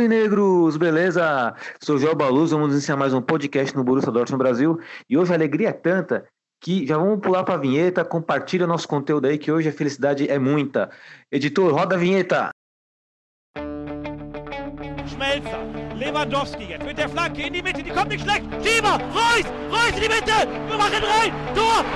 aurinegros, beleza? Sou o João Baluz, vamos iniciar mais um podcast no Borussia Dortmund Brasil. E hoje a alegria é tanta que já vamos pular para a vinheta, compartilha nosso conteúdo aí, que hoje a felicidade é muita. Editor, roda a vinheta! Schmelzer, Lewandowski jetzt mit der Flanke in die Mitte, die kommt nicht schlecht. Schieber, Reus in die Mitte, wir machen rein. Tor!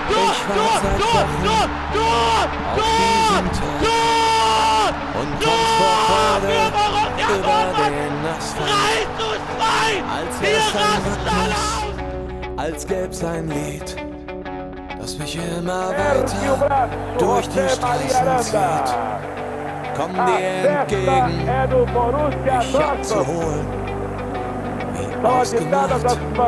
Und kommt vor Freude Für Borussia über Dortmund. den Asphalt, 3:2, als wir wär's ein rasten alle aus. Rhythmus, als gäb's ein Lied, das mich immer weiter durch die Straßen zieht. Komm dir entgegen, mich abzuholen, wie ausgemacht,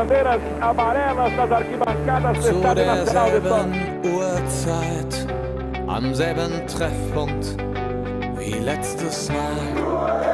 zu derselben Uhrzeit, am selben Treffpunkt wie letztes Mal.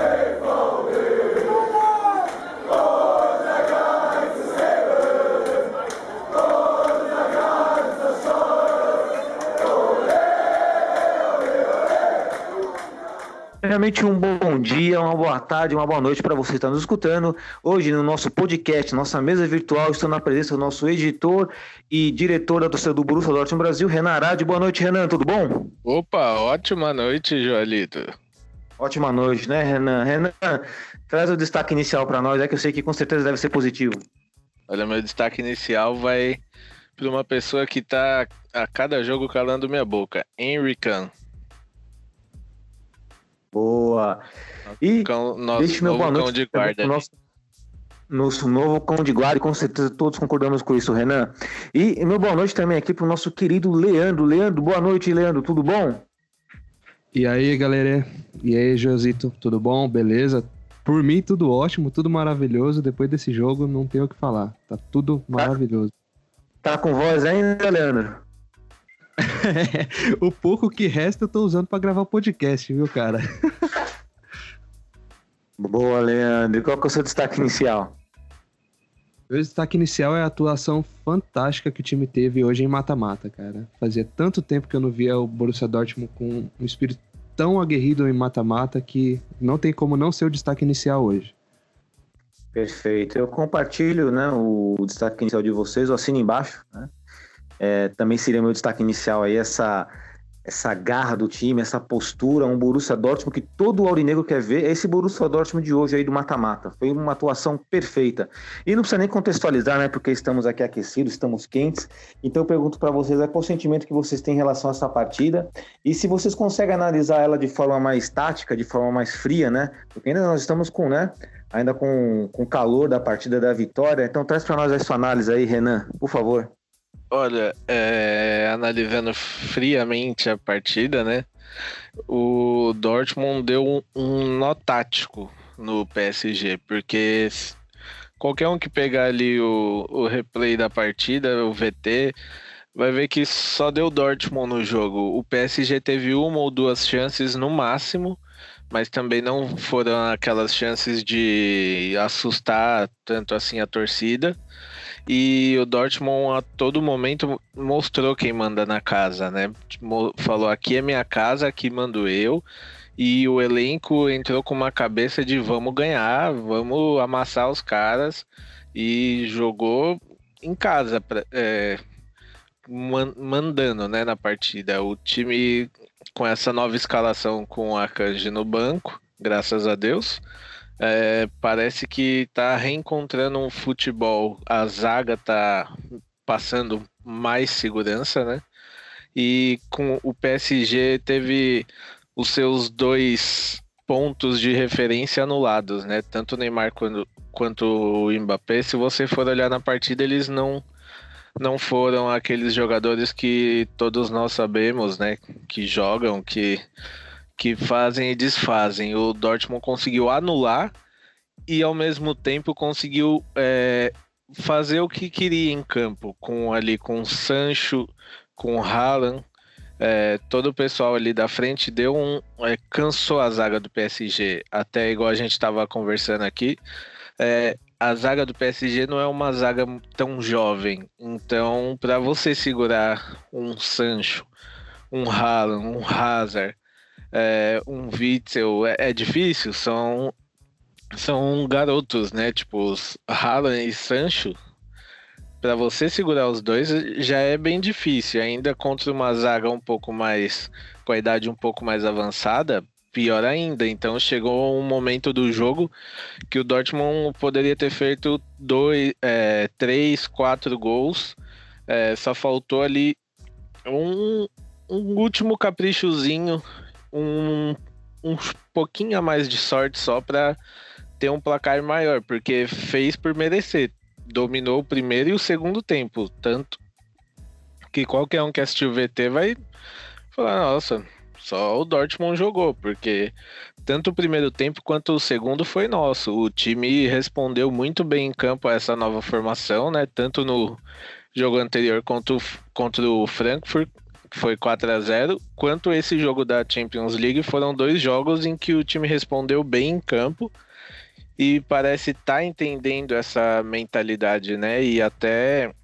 Realmente um bom dia, uma boa tarde, uma boa noite para você que está nos escutando. Hoje no nosso podcast, nossa mesa virtual, estou na presença do nosso editor e diretor da torcida do Borussia Dortmund Brasil, Renan Arad. Boa noite, Renan, tudo bom? Opa, ótima noite, Joelito. Ótima noite, né, Renan? Renan, traz o destaque inicial para nós, que eu sei que com certeza deve ser positivo. Olha, meu destaque inicial vai para uma pessoa que está a cada jogo calando minha boca, Henry Kahn. Boa. E deixe meu boa noite de guarda. Nosso novo cão de guarda, e com certeza todos concordamos com isso, Renan. E meu boa noite também aqui para o nosso querido Leandro. Leandro, boa noite, Leandro, tudo bom? E aí, galera? E aí, Josito, tudo bom? Beleza? Por mim, tudo ótimo, tudo maravilhoso. Depois desse jogo, não tenho o que falar. Tá tudo maravilhoso. Tá com voz ainda, Leandro? O pouco que resta eu tô usando pra gravar o podcast, viu, cara? Boa, Leandro. E qual que é o seu destaque inicial? O destaque inicial é a atuação fantástica que o time teve hoje em mata-mata, cara. Fazia tanto tempo que eu não via o Borussia Dortmund com um espírito tão aguerrido em mata-mata que não tem como não ser o destaque inicial hoje. Perfeito. Eu compartilho, né, o destaque inicial de vocês, eu assino embaixo, né? Também seria meu destaque inicial aí, essa garra do time, essa postura, um Borussia Dortmund que todo o aurinegro quer ver, é esse Borussia Dortmund de hoje aí do mata-mata. Foi uma atuação perfeita. E não precisa nem contextualizar, né, porque estamos aqui aquecidos, estamos quentes. Então eu pergunto para vocês, qual o sentimento que vocês têm em relação a essa partida? E se vocês conseguem analisar ela de forma mais tática, de forma mais fria, né? Porque ainda nós estamos com, né, ainda com o calor da partida da vitória. Então traz para nós a sua análise aí, Renan, por favor. Olha, analisando friamente a partida, né? O Dortmund deu um nó tático no PSG, porque qualquer um que pegar ali o replay da partida, o VT, vai ver que só deu Dortmund no jogo. O PSG teve uma ou duas chances no máximo, mas também não foram aquelas chances de assustar tanto assim a torcida. E o Dortmund a todo momento mostrou quem manda na casa, né? Falou, aqui é minha casa, aqui mando eu. E o elenco entrou com uma cabeça de vamos ganhar, vamos amassar os caras. E jogou em casa, mandando, né, na partida. O time com essa nova escalação com a Akanji no banco, graças a Deus. Parece que tá reencontrando um futebol, a zaga tá passando mais segurança, né? E com o PSG teve os seus 2 pontos de referência anulados, né? Tanto o Neymar quanto o Mbappé. Se você for olhar na partida, eles não foram aqueles jogadores que todos nós sabemos, né? Que jogam, que fazem e desfazem. O Dortmund conseguiu anular e ao mesmo tempo conseguiu fazer o que queria em campo, com o Sancho, com o Haaland, todo o pessoal ali da frente cansou a zaga do PSG, até igual a gente estava conversando aqui. A zaga do PSG não é uma zaga tão jovem, então para você segurar um Sancho, um Haaland, um Hazard, um Witzel, é difícil, são são garotos, né? Tipo, os Haaland e Sancho, para você segurar os dois já é bem difícil. Ainda contra uma zaga um pouco mais, com a idade um pouco mais avançada, pior ainda. Então chegou um momento do jogo que o Dortmund poderia ter feito 3, 4 gols. Só faltou ali um último caprichozinho, um pouquinho a mais de sorte só para ter um placar maior, porque fez por merecer. Dominou o primeiro e o segundo tempo, tanto que qualquer um que assistiu o VT vai falar, nossa, só o Dortmund jogou, porque tanto o primeiro tempo quanto o segundo foi nosso. O time respondeu muito bem em campo a essa nova formação, né? Tanto no jogo anterior contra o Frankfurt, que foi 4-0, quanto esse jogo da Champions League, foram 2 jogos em que o time respondeu bem em campo e parece estar entendendo essa mentalidade, né? E até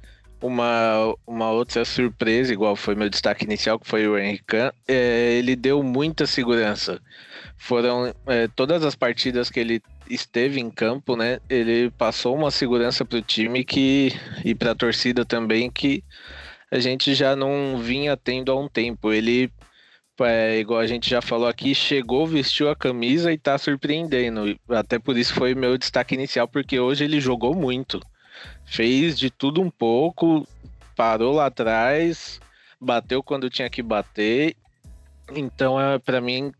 uma outra surpresa, igual foi meu destaque inicial, que foi o Henry Khan, ele deu muita segurança. Foram todas as partidas que ele esteve em campo, né? Ele passou uma segurança para o time e para a torcida também, que a gente já não vinha tendo há um tempo. Ele, igual a gente já falou aqui, chegou, vestiu a camisa e está surpreendendo. Até por isso foi meu destaque inicial, porque hoje ele jogou muito. Fez de tudo um pouco, parou lá atrás, bateu quando tinha que bater. Então, para mim,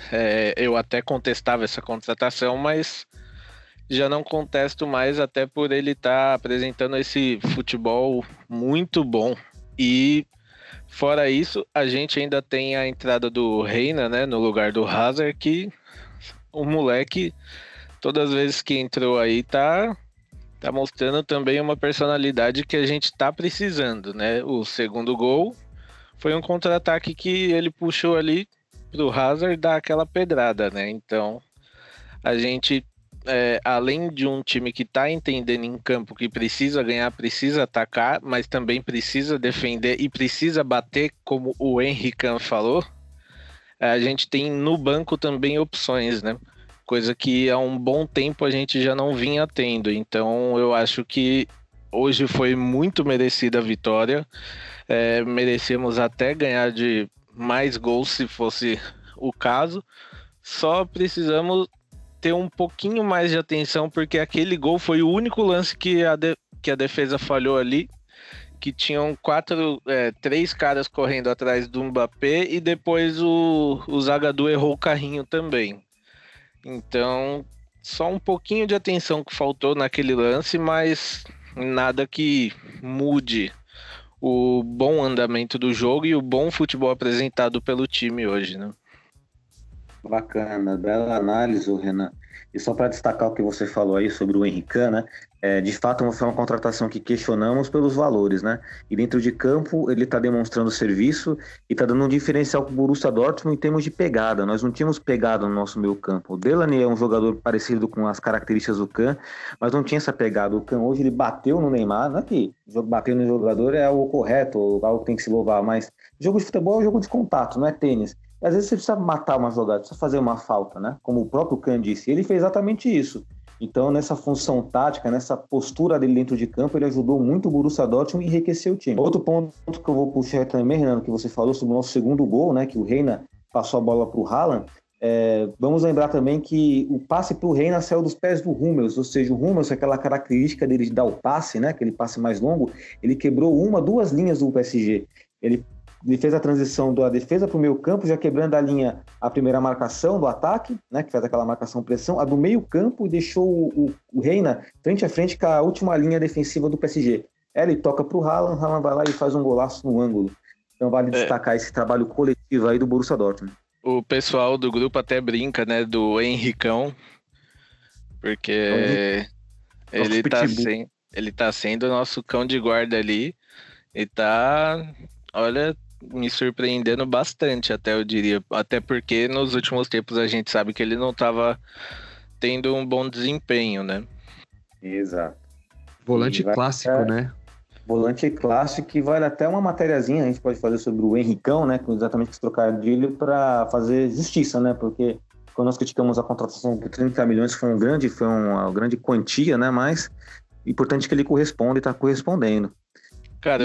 eu até contestava essa contratação, mas já não contesto mais, até por ele estar apresentando esse futebol muito bom. E fora isso, a gente ainda tem a entrada do Reina, né, no lugar do Hazard, que o moleque, todas as vezes que entrou aí, tá mostrando também uma personalidade que a gente tá precisando, né? O segundo gol foi um contra-ataque que ele puxou ali pro Hazard dar aquela pedrada, né? Então, a gente, além de um time que tá entendendo em campo que precisa ganhar, precisa atacar, mas também precisa defender e precisa bater, como o Henry Khan falou, a gente tem no banco também opções, né? Coisa que há um bom tempo a gente já não vinha tendo. Então eu acho que hoje foi muito merecida a vitória. Merecemos até ganhar de mais gols se fosse o caso. Só precisamos ter um pouquinho mais de atenção, porque aquele gol foi o único lance que a defesa falhou ali, que tinham 3 caras correndo atrás do Mbappé e depois o Zagadou errou o carrinho também. Então, só um pouquinho de atenção que faltou naquele lance, mas nada que mude o bom andamento do jogo e o bom futebol apresentado pelo time hoje, né? Bacana, bela análise, Renan. E só para destacar o que você falou aí sobre o Henry Khan, né? De fato, foi uma contratação que questionamos pelos valores, né? E dentro de campo, ele está demonstrando serviço e está dando um diferencial para o Borussia Dortmund em termos de pegada. Nós não tínhamos pegada no nosso meio campo. O Delaney é um jogador parecido com as características do Khan, mas não tinha essa pegada. O Khan hoje ele bateu no Neymar, não é que bater no jogador é algo correto, ou algo que tem que se louvar, mas jogo de futebol é um jogo de contato, não é tênis. Às vezes você precisa matar uma jogada, precisa fazer uma falta, né? Como o próprio Khan disse, ele fez exatamente isso. Então, nessa função tática, nessa postura dele dentro de campo, ele ajudou muito o Borussia Dortmund e enriqueceu o time. Outro ponto que eu vou puxar também, Renan, que você falou sobre o nosso segundo gol, né? Que o Reina passou a bola para o Haaland. Vamos lembrar também que o passe para o Reina saiu dos pés do Hummels, ou seja, o Hummels, aquela característica dele de dar o passe, né? Aquele passe mais longo, ele quebrou 2 linhas do PSG. Ele fez a transição da defesa para o meio campo, já quebrando a primeira marcação do ataque, né, que faz aquela marcação-pressão, a do meio campo, e deixou o Reina frente a frente com a última linha defensiva do PSG. Ele toca para o Haaland vai lá e faz um golaço no ângulo. Então vale destacar esse trabalho coletivo aí do Borussia Dortmund. O pessoal do grupo até brinca, né, do Henricão, porque ele tá sendo nosso cão de guarda ali, e tá, olha, me surpreendendo bastante, até eu diria. Até porque nos últimos tempos a gente sabe que ele não estava tendo um bom desempenho, né? Exato. Volante clássico, né? Volante clássico, que vale até uma matériazinha, a gente pode fazer sobre o Henricão, né? Com exatamente esse trocadilho para fazer justiça, né? Porque Quando nós criticamos a contratação por 30 milhões, foi uma grande quantia, né? Mas é importante que ele corresponda e está correspondendo. Cara,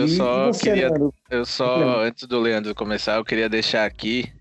antes do Leandro começar, eu queria deixar aqui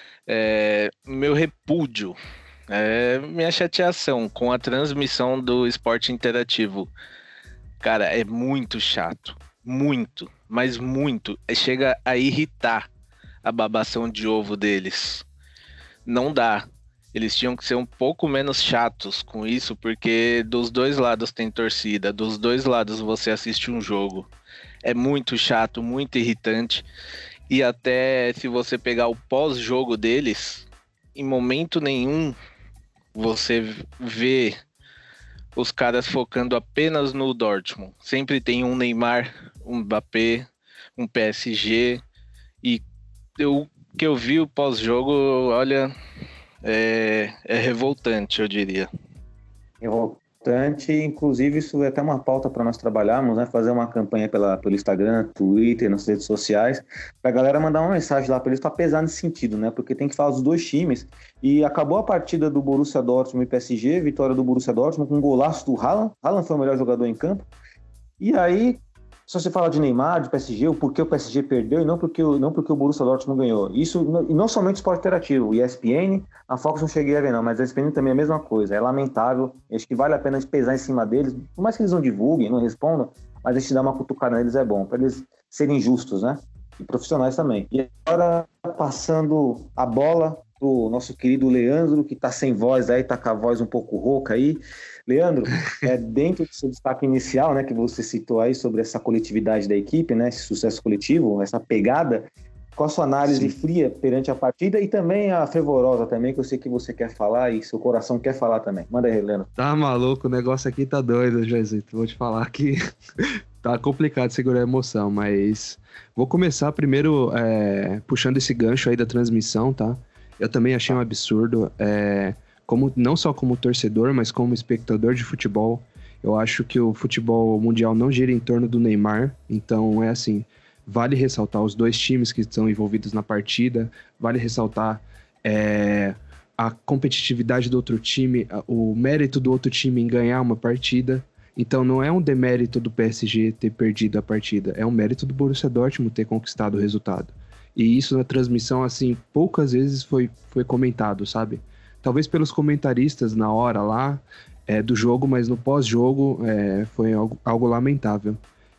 meu repúdio, minha chateação com a transmissão do esporte interativo. Cara, é muito chato, muito, mas muito. Chega a irritar a babação de ovo deles. Não dá. Eles tinham que ser um pouco menos chatos com isso, porque dos dois lados tem torcida, dos dois lados você assiste um jogo. É muito chato, muito irritante. E até se você pegar o pós-jogo deles, em momento nenhum você vê os caras focando apenas no Dortmund. Sempre tem um Neymar, um Mbappé, um PSG. E o que eu vi o pós-jogo, olha, é revoltante, eu diria. Revoltante, inclusive isso é até uma pauta para nós trabalharmos, né? Fazer uma campanha pelo Instagram, Twitter, nas redes sociais, para a galera mandar uma mensagem lá para eles, para pesar nesse sentido, né? Porque tem que falar dos dois times. E acabou a partida do Borussia Dortmund e PSG, vitória do Borussia Dortmund com um golaço do Haaland. Haaland foi o melhor jogador em campo. E aí, se você fala de Neymar, de PSG, o porquê o PSG perdeu e não porque o Borussia Dortmund ganhou. Isso, e não somente o esporte interativo, o ESPN, a Fox não cheguei a ver não, mas a ESPN também é a mesma coisa, é lamentável, acho que vale a pena a gente pesar em cima deles, por mais que eles não divulguem, não respondam, mas a gente dá uma cutucada neles é bom, para eles serem justos, né? E profissionais também. E agora, passando a bola pro nosso querido Leandro, que tá sem voz aí, tá com a voz um pouco rouca aí. Leandro, dentro do seu destaque inicial, né, que você citou aí sobre essa coletividade da equipe, né, esse sucesso coletivo, essa pegada, qual a sua análise fria perante a partida e também a fervorosa também, que eu sei que você quer falar e seu coração quer falar também. Manda aí, Leandro. Tá maluco, o negócio aqui tá doido, Joizito. Vou te falar que tá complicado segurar a emoção, mas vou começar primeiro puxando esse gancho aí da transmissão, tá? Eu também achei um absurdo, não só como torcedor, mas como espectador de futebol. Eu acho que o futebol mundial não gira em torno do Neymar, então assim, vale ressaltar os dois times que estão envolvidos na partida, vale ressaltar a competitividade do outro time, o mérito do outro time em ganhar uma partida. Então não é um demérito do PSG ter perdido a partida, é um mérito do Borussia Dortmund ter conquistado o resultado. E isso na transmissão, assim, poucas vezes foi comentado, sabe? Talvez pelos comentaristas na hora lá do jogo, mas no pós-jogo foi algo lamentável.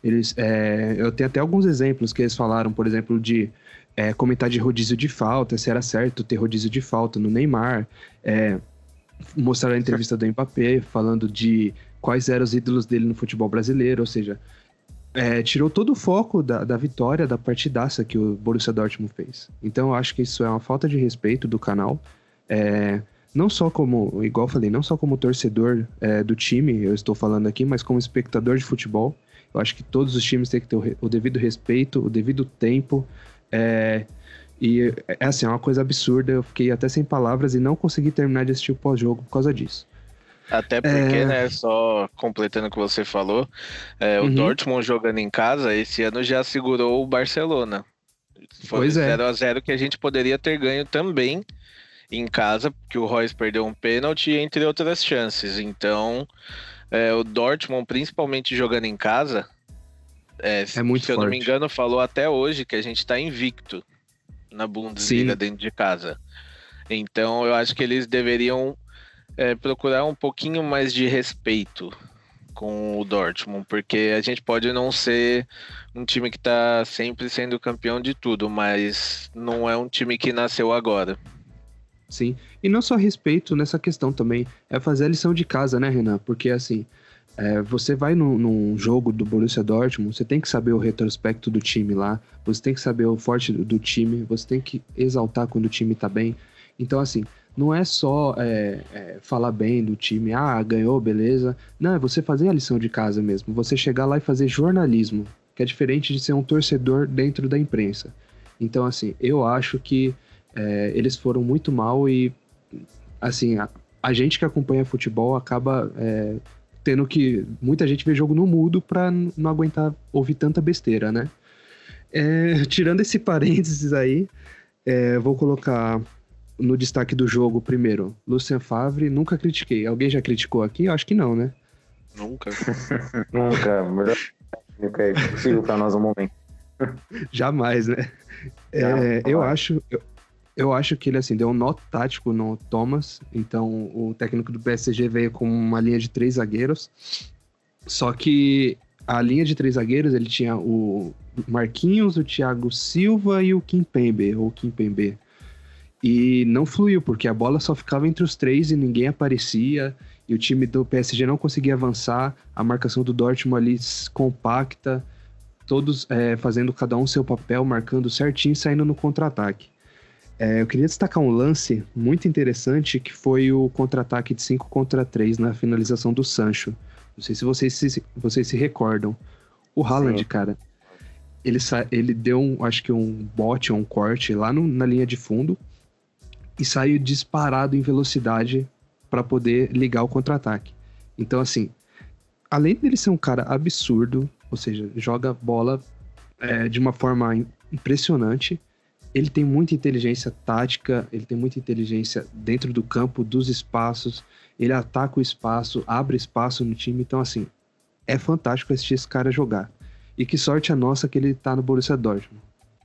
Eu tenho até alguns exemplos que eles falaram, por exemplo, de comentar de rodízio de falta, se era certo ter rodízio de falta no Neymar, mostrar a entrevista do Mbappé, falando de quais eram os ídolos dele no futebol brasileiro, ou seja, tirou todo o foco da vitória, da partidaça que o Borussia Dortmund fez. Então eu acho que isso é uma falta de respeito do canal, não só como, igual eu falei, não só como torcedor do time, eu estou falando aqui, mas como espectador de futebol. Eu acho que todos os times têm que ter o devido respeito, o devido tempo, e assim, é uma coisa absurda. Eu fiquei até sem palavras e não consegui terminar de assistir o pós-jogo por causa disso. Até porque, né, só completando o que você falou, o Dortmund jogando em casa, esse ano já segurou o Barcelona. Foi 0-0 que a gente poderia ter ganho também em casa, porque o Reus perdeu um pênalti, entre outras chances. Então, o Dortmund, principalmente jogando em casa, é muito se eu forte. não me engano, falou até hoje que a gente tá invicto na Bundesliga dentro de casa. Então, eu acho que eles deveriam procurar um pouquinho mais de respeito com o Dortmund, porque a gente pode não ser um time que tá sempre sendo campeão de tudo, mas não é um time que nasceu agora. Sim, e não só respeito nessa questão também, é fazer a lição de casa, né, Renan? Porque assim, você vai num jogo do Borussia Dortmund, você tem que saber o retrospecto do time lá, você tem que saber o forte do time, você tem que exaltar quando o time tá bem. Então assim, não é só falar bem do time, ganhou, beleza. Não, é você fazer a lição de casa mesmo, você chegar lá e fazer jornalismo, que é diferente de ser um torcedor dentro da imprensa. Então assim, eu acho que eles foram muito mal e assim, a gente que acompanha futebol acaba tendo que... Muita gente vê jogo no mudo pra não aguentar ouvir tanta besteira, né? Tirando esse parênteses aí, vou colocar no destaque do jogo, primeiro, Lucien Favre, nunca critiquei. Alguém já criticou aqui? Eu acho que não, né? Nunca. Nunca, melhor técnico é possível para nós no momento. Jamais, né? Eu acho que ele, assim, deu um nó tático no Thomas. Então, o técnico do PSG veio com uma linha de 3 zagueiros. Só que a linha de 3 zagueiros, ele tinha o Marquinhos, o Thiago Silva e o Kimpembe, ou Kimpembe. E não fluiu, porque a bola só ficava entre os 3 e ninguém aparecia. E o time do PSG não conseguia avançar. A marcação do Dortmund ali compacta. Todos fazendo cada um seu papel, marcando certinho e saindo no contra-ataque. Eu queria destacar um lance muito interessante, que foi o contra-ataque de 5-3 na finalização do Sancho. Não sei se vocês se recordam. O Haaland, sim, cara, ele deu acho que um bote ou um corte lá na linha de fundo e saiu disparado em velocidade para poder ligar o contra-ataque. Então, assim, além dele ser um cara absurdo, ou seja, joga bola de uma forma impressionante, ele tem muita inteligência tática, ele tem muita inteligência dentro do campo, dos espaços, ele ataca o espaço, abre espaço no time, então assim, é fantástico assistir esse cara jogar. E que sorte a nossa que ele tá no Borussia Dortmund.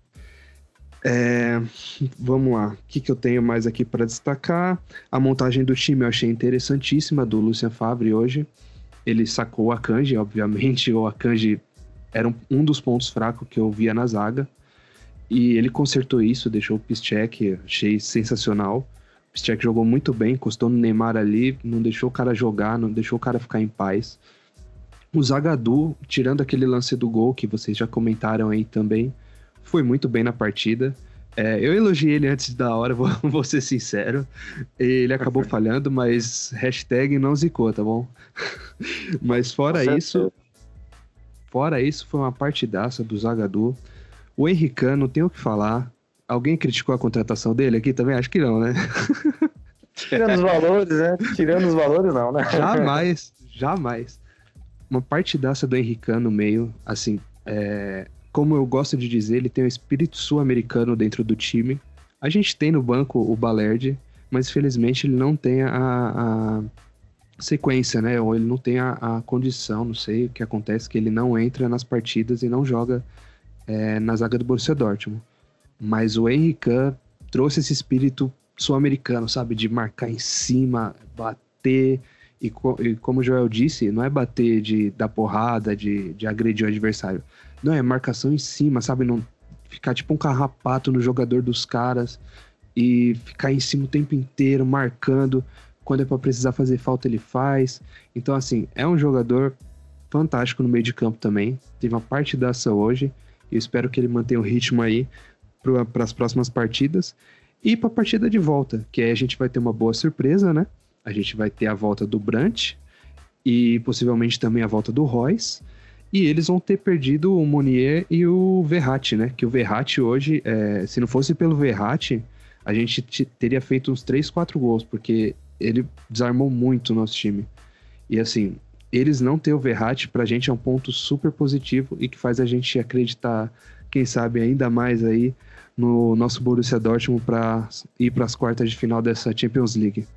Vamos lá, o que eu tenho mais aqui para destacar? A montagem do time eu achei interessantíssima, do Lucien Favre hoje. Ele sacou o Akanji, obviamente, o Akanji era um dos pontos fracos que eu via na zaga. E ele consertou isso, deixou o Piszczek, achei sensacional. O Piszczek jogou muito bem, encostou no Neymar ali, não deixou o cara jogar, não deixou o cara ficar em paz. O Zagadou, tirando aquele lance do gol, que vocês já comentaram aí também, foi muito bem na partida. Eu elogiei ele antes da hora, vou ser sincero. Ele acabou falhando, mas hashtag não zicou, tá bom? Mas fora isso, foi uma partidaça do Zagadou. O Henrique, não tem o que falar. Alguém criticou a contratação dele aqui também? Acho que não, né? Tirando os valores, né? Tirando os valores, não, né? Jamais. Uma partidaça do Henrique no meio, assim, como eu gosto de dizer, ele tem um espírito sul-americano dentro do time. A gente tem no banco o Balerdi, mas infelizmente ele não tem a sequência, né? Ou ele não tem a condição, não sei o que acontece, que ele não entra nas partidas e não joga na zaga do Borussia Dortmund. Mas o Henrique trouxe esse espírito sul-americano, sabe? De marcar em cima, bater. E como o Joel disse, não é bater de dar porrada, de agredir o adversário. Não, é marcação em cima, sabe? Não ficar tipo um carrapato no jogador dos caras e ficar em cima o tempo inteiro, marcando. Quando é pra precisar fazer falta, ele faz. Então, assim, é um jogador fantástico no meio de campo também. Teve uma partidaça hoje. Eu espero que ele mantenha o ritmo aí para as próximas partidas. E para a partida de volta, que aí a gente vai ter uma boa surpresa, né? A gente vai ter a volta do Brandt e possivelmente também a volta do Royce. E eles vão ter perdido o Meunier e o Verratti, né? Que o Verratti hoje, se não fosse pelo Verratti, a gente teria feito uns 3-4 gols, porque ele desarmou muito o nosso time. E assim, eles não ter o Verratti, pra gente é um ponto super positivo e que faz a gente acreditar, quem sabe, ainda mais aí no nosso Borussia Dortmund para ir para as quartas de final dessa Champions League.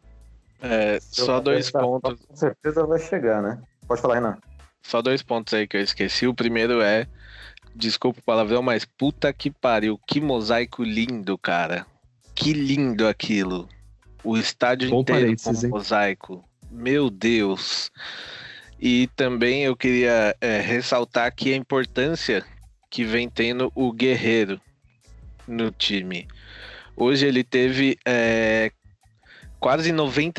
Só 2 pontos. Com certeza vai chegar, né? Pode falar, Renan. Só 2 pontos aí que eu esqueci. O primeiro desculpa o palavrão, mas puta que pariu, que mosaico lindo, cara. Que lindo aquilo. O estádio Bom inteiro parênteses, com mosaico. Meu Deus. E também eu queria ressaltar aqui a importância que vem tendo o Guerreiro no time. Hoje ele teve quase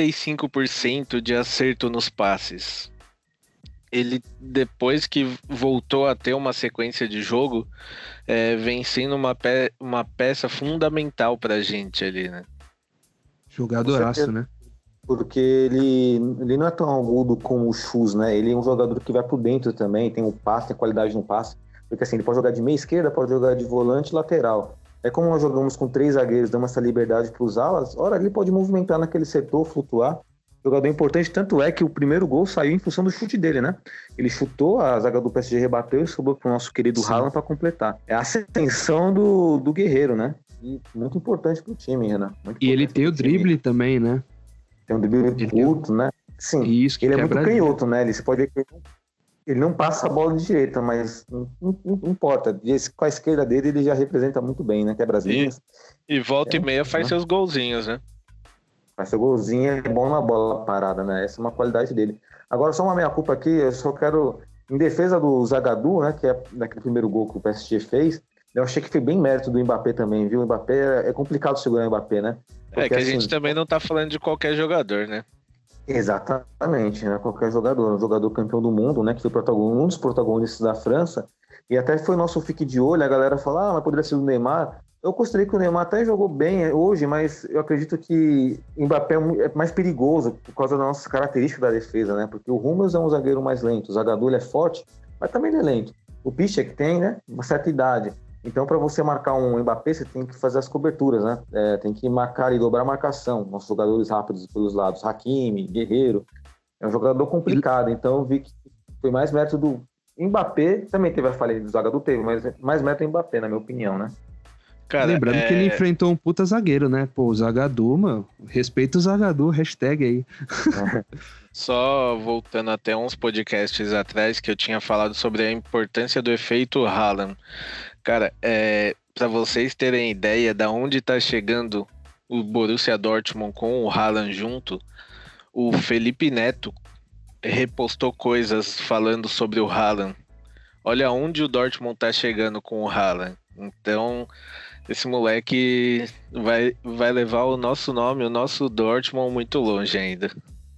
95% de acerto nos passes. Ele, depois que voltou a ter uma sequência de jogo, vem sendo uma peça fundamental pra gente ali, né? Jogadoraço, né? Porque ele não é tão agudo como o Chus, né? Ele é um jogador que vai por dentro também, tem um passe, tem qualidade no passe. Porque assim, ele pode jogar de meia esquerda, pode jogar de volante lateral. Como nós jogamos com 3 zagueiros, damos essa liberdade para os alas, ora, ele pode movimentar naquele setor, flutuar. Jogador importante, tanto é que o primeiro gol saiu em função do chute dele, né? Ele chutou, a zaga do PSG rebateu e sobrou pro nosso querido Haaland para completar. É a ascensão do Guerreiro, né? e muito importante pro time, Renan. E ele tem o drible também, né? Tem um drible curto, né? Sim, isso, ele é muito canhoto, né? Você pode ver que ele não passa a bola de direita, mas não importa. Com a esquerda dele, ele já representa muito bem, né? Quebra as linhas. E volta e meia faz seus golzinhos, né? Faz seu golzinho, é bom na bola parada, né? Essa é uma qualidade dele. Agora, só uma meia-culpa aqui, eu só quero... Em defesa do Zagadou, né? Que é daquele primeiro gol que o PSG fez, eu achei que foi bem mérito do Mbappé também, viu? O Mbappé, é complicado segurar o Mbappé, né? Porque, que a gente também não tá falando de qualquer jogador, né? Exatamente, né? Qualquer jogador, um jogador campeão do mundo, né? Que foi um dos protagonistas da França, e até foi nosso fique de olho, a galera fala, mas poderia ser o Neymar. Eu considerei que o Neymar até jogou bem hoje, mas eu acredito que o Mbappé é mais perigoso por causa da nossa característica da defesa, né? Porque o Hummels é um zagueiro mais lento, o Zagadou é forte, mas também ele é lento. O Piszczek tem, né? Uma certa idade. Então, para você marcar um Mbappé, você tem que fazer as coberturas, né? Tem que marcar e dobrar a marcação. Nossos jogadores rápidos pelos lados, Hakimi, Guerreiro. É um jogador complicado. Então, eu vi que foi mais mérito do Mbappé. Também teve a falha do Zagadou, teve, mas mais mérito do Mbappé, na minha opinião, né? Cara, lembrando que ele enfrentou um puta zagueiro, né? Pô, o Zagadou, mano. Respeita o Zagadou, hashtag aí. Só voltando até uns podcasts atrás que eu tinha falado sobre a importância do efeito Haaland. Cara, para vocês terem ideia de onde tá chegando o Borussia Dortmund com o Haaland junto, o Felipe Neto repostou coisas falando sobre o Haaland. Olha onde o Dortmund tá chegando com o Haaland. Então, esse moleque vai levar o nosso nome, o nosso Dortmund muito longe ainda.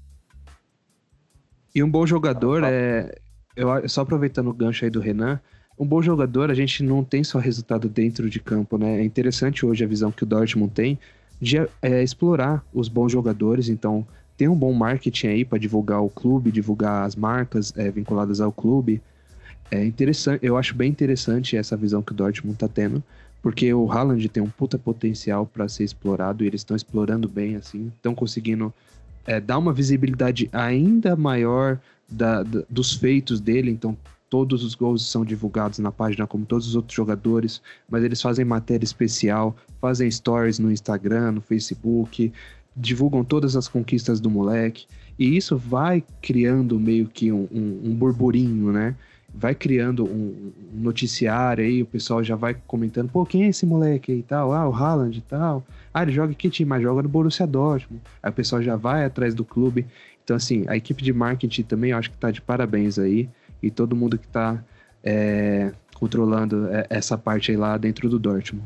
E um bom jogador só aproveitando o gancho aí do Renan, um bom jogador, a gente não tem só resultado dentro de campo, né? É interessante hoje a visão que o Dortmund tem de explorar os bons jogadores, então tem um bom marketing aí para divulgar o clube, divulgar as marcas vinculadas ao clube. É interessante, eu acho bem interessante essa visão que o Dortmund tá tendo, porque o Haaland tem um puta potencial para ser explorado e eles estão explorando bem, assim, estão conseguindo dar uma visibilidade ainda maior dos feitos dele, então todos os gols são divulgados na página como todos os outros jogadores, mas eles fazem matéria especial, fazem stories no Instagram, no Facebook, divulgam todas as conquistas do moleque, e isso vai criando meio que um burburinho, né? Vai criando um noticiário aí, o pessoal já vai comentando, pô, quem é esse moleque aí e tal? Ah, o Haaland e tal. Ah, ele joga em que time? Mas joga no Borussia Dortmund. Aí o pessoal já vai atrás do clube. Então, assim, a equipe de marketing também eu acho que tá de parabéns aí. E todo mundo que tá controlando essa parte aí lá dentro do Dortmund.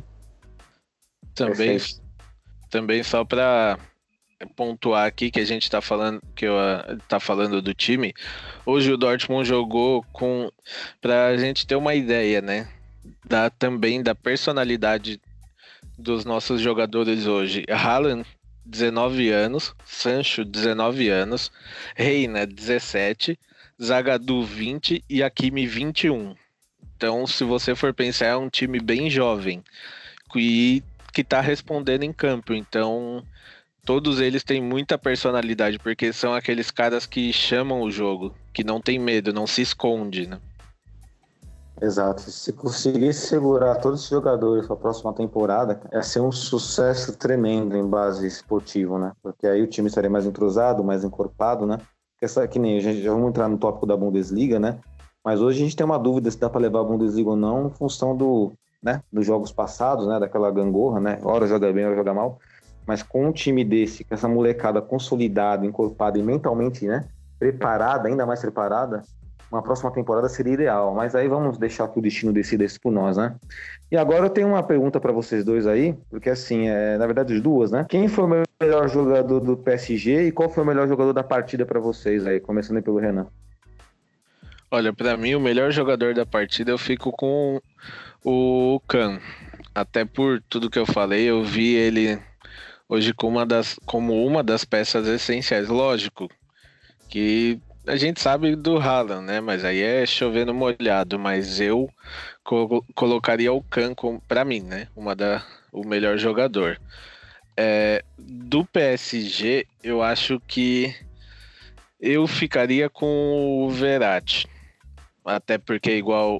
Também só para pontuar aqui que a gente tá falando, tá falando do time. Hoje o Dortmund jogou pra gente ter uma ideia, né? Também da personalidade dos nossos jogadores hoje. Haaland, 19 anos, Sancho, 19 anos, Reina, 17, Zagadou, 20 e Hakimi, 21. Então, se você for pensar, é um time bem jovem e que tá respondendo em campo. Então, todos eles têm muita personalidade, porque são aqueles caras que chamam o jogo, que não tem medo, não se esconde, né? Exato. Se conseguir segurar todos os jogadores para a próxima temporada, ia ser um sucesso tremendo em base esportivo, né? Porque aí o time estaria mais entrosado, mais encorpado, né? Que nem a gente já vamos entrar no tópico da Bundesliga, né? Mas hoje a gente tem uma dúvida se dá para levar a Bundesliga ou não, em função dos jogos passados, né? Daquela gangorra, né? Hora joga bem, hora joga mal. Mas com um time desse, com essa molecada consolidada, encorpada e mentalmente, né, preparada, ainda mais preparada, uma próxima temporada seria ideal. Mas aí vamos deixar que o destino decida isso por nós, né? E agora eu tenho uma pergunta para vocês dois aí, porque assim, na verdade as duas, né? Quem foi o melhor jogador do PSG e qual foi o melhor jogador da partida para vocês aí? Começando aí pelo Renan. Olha, para mim o melhor jogador da partida eu fico com o Kahn. Até por tudo que eu falei, eu vi ele hoje como uma das peças essenciais. Lógico que a gente sabe do Haaland, né? Mas aí é chover no molhado. Mas eu colocaria o Kahn para mim, né? O melhor jogador. Do PSG, eu acho que eu ficaria com o Verratti. Até porque, igual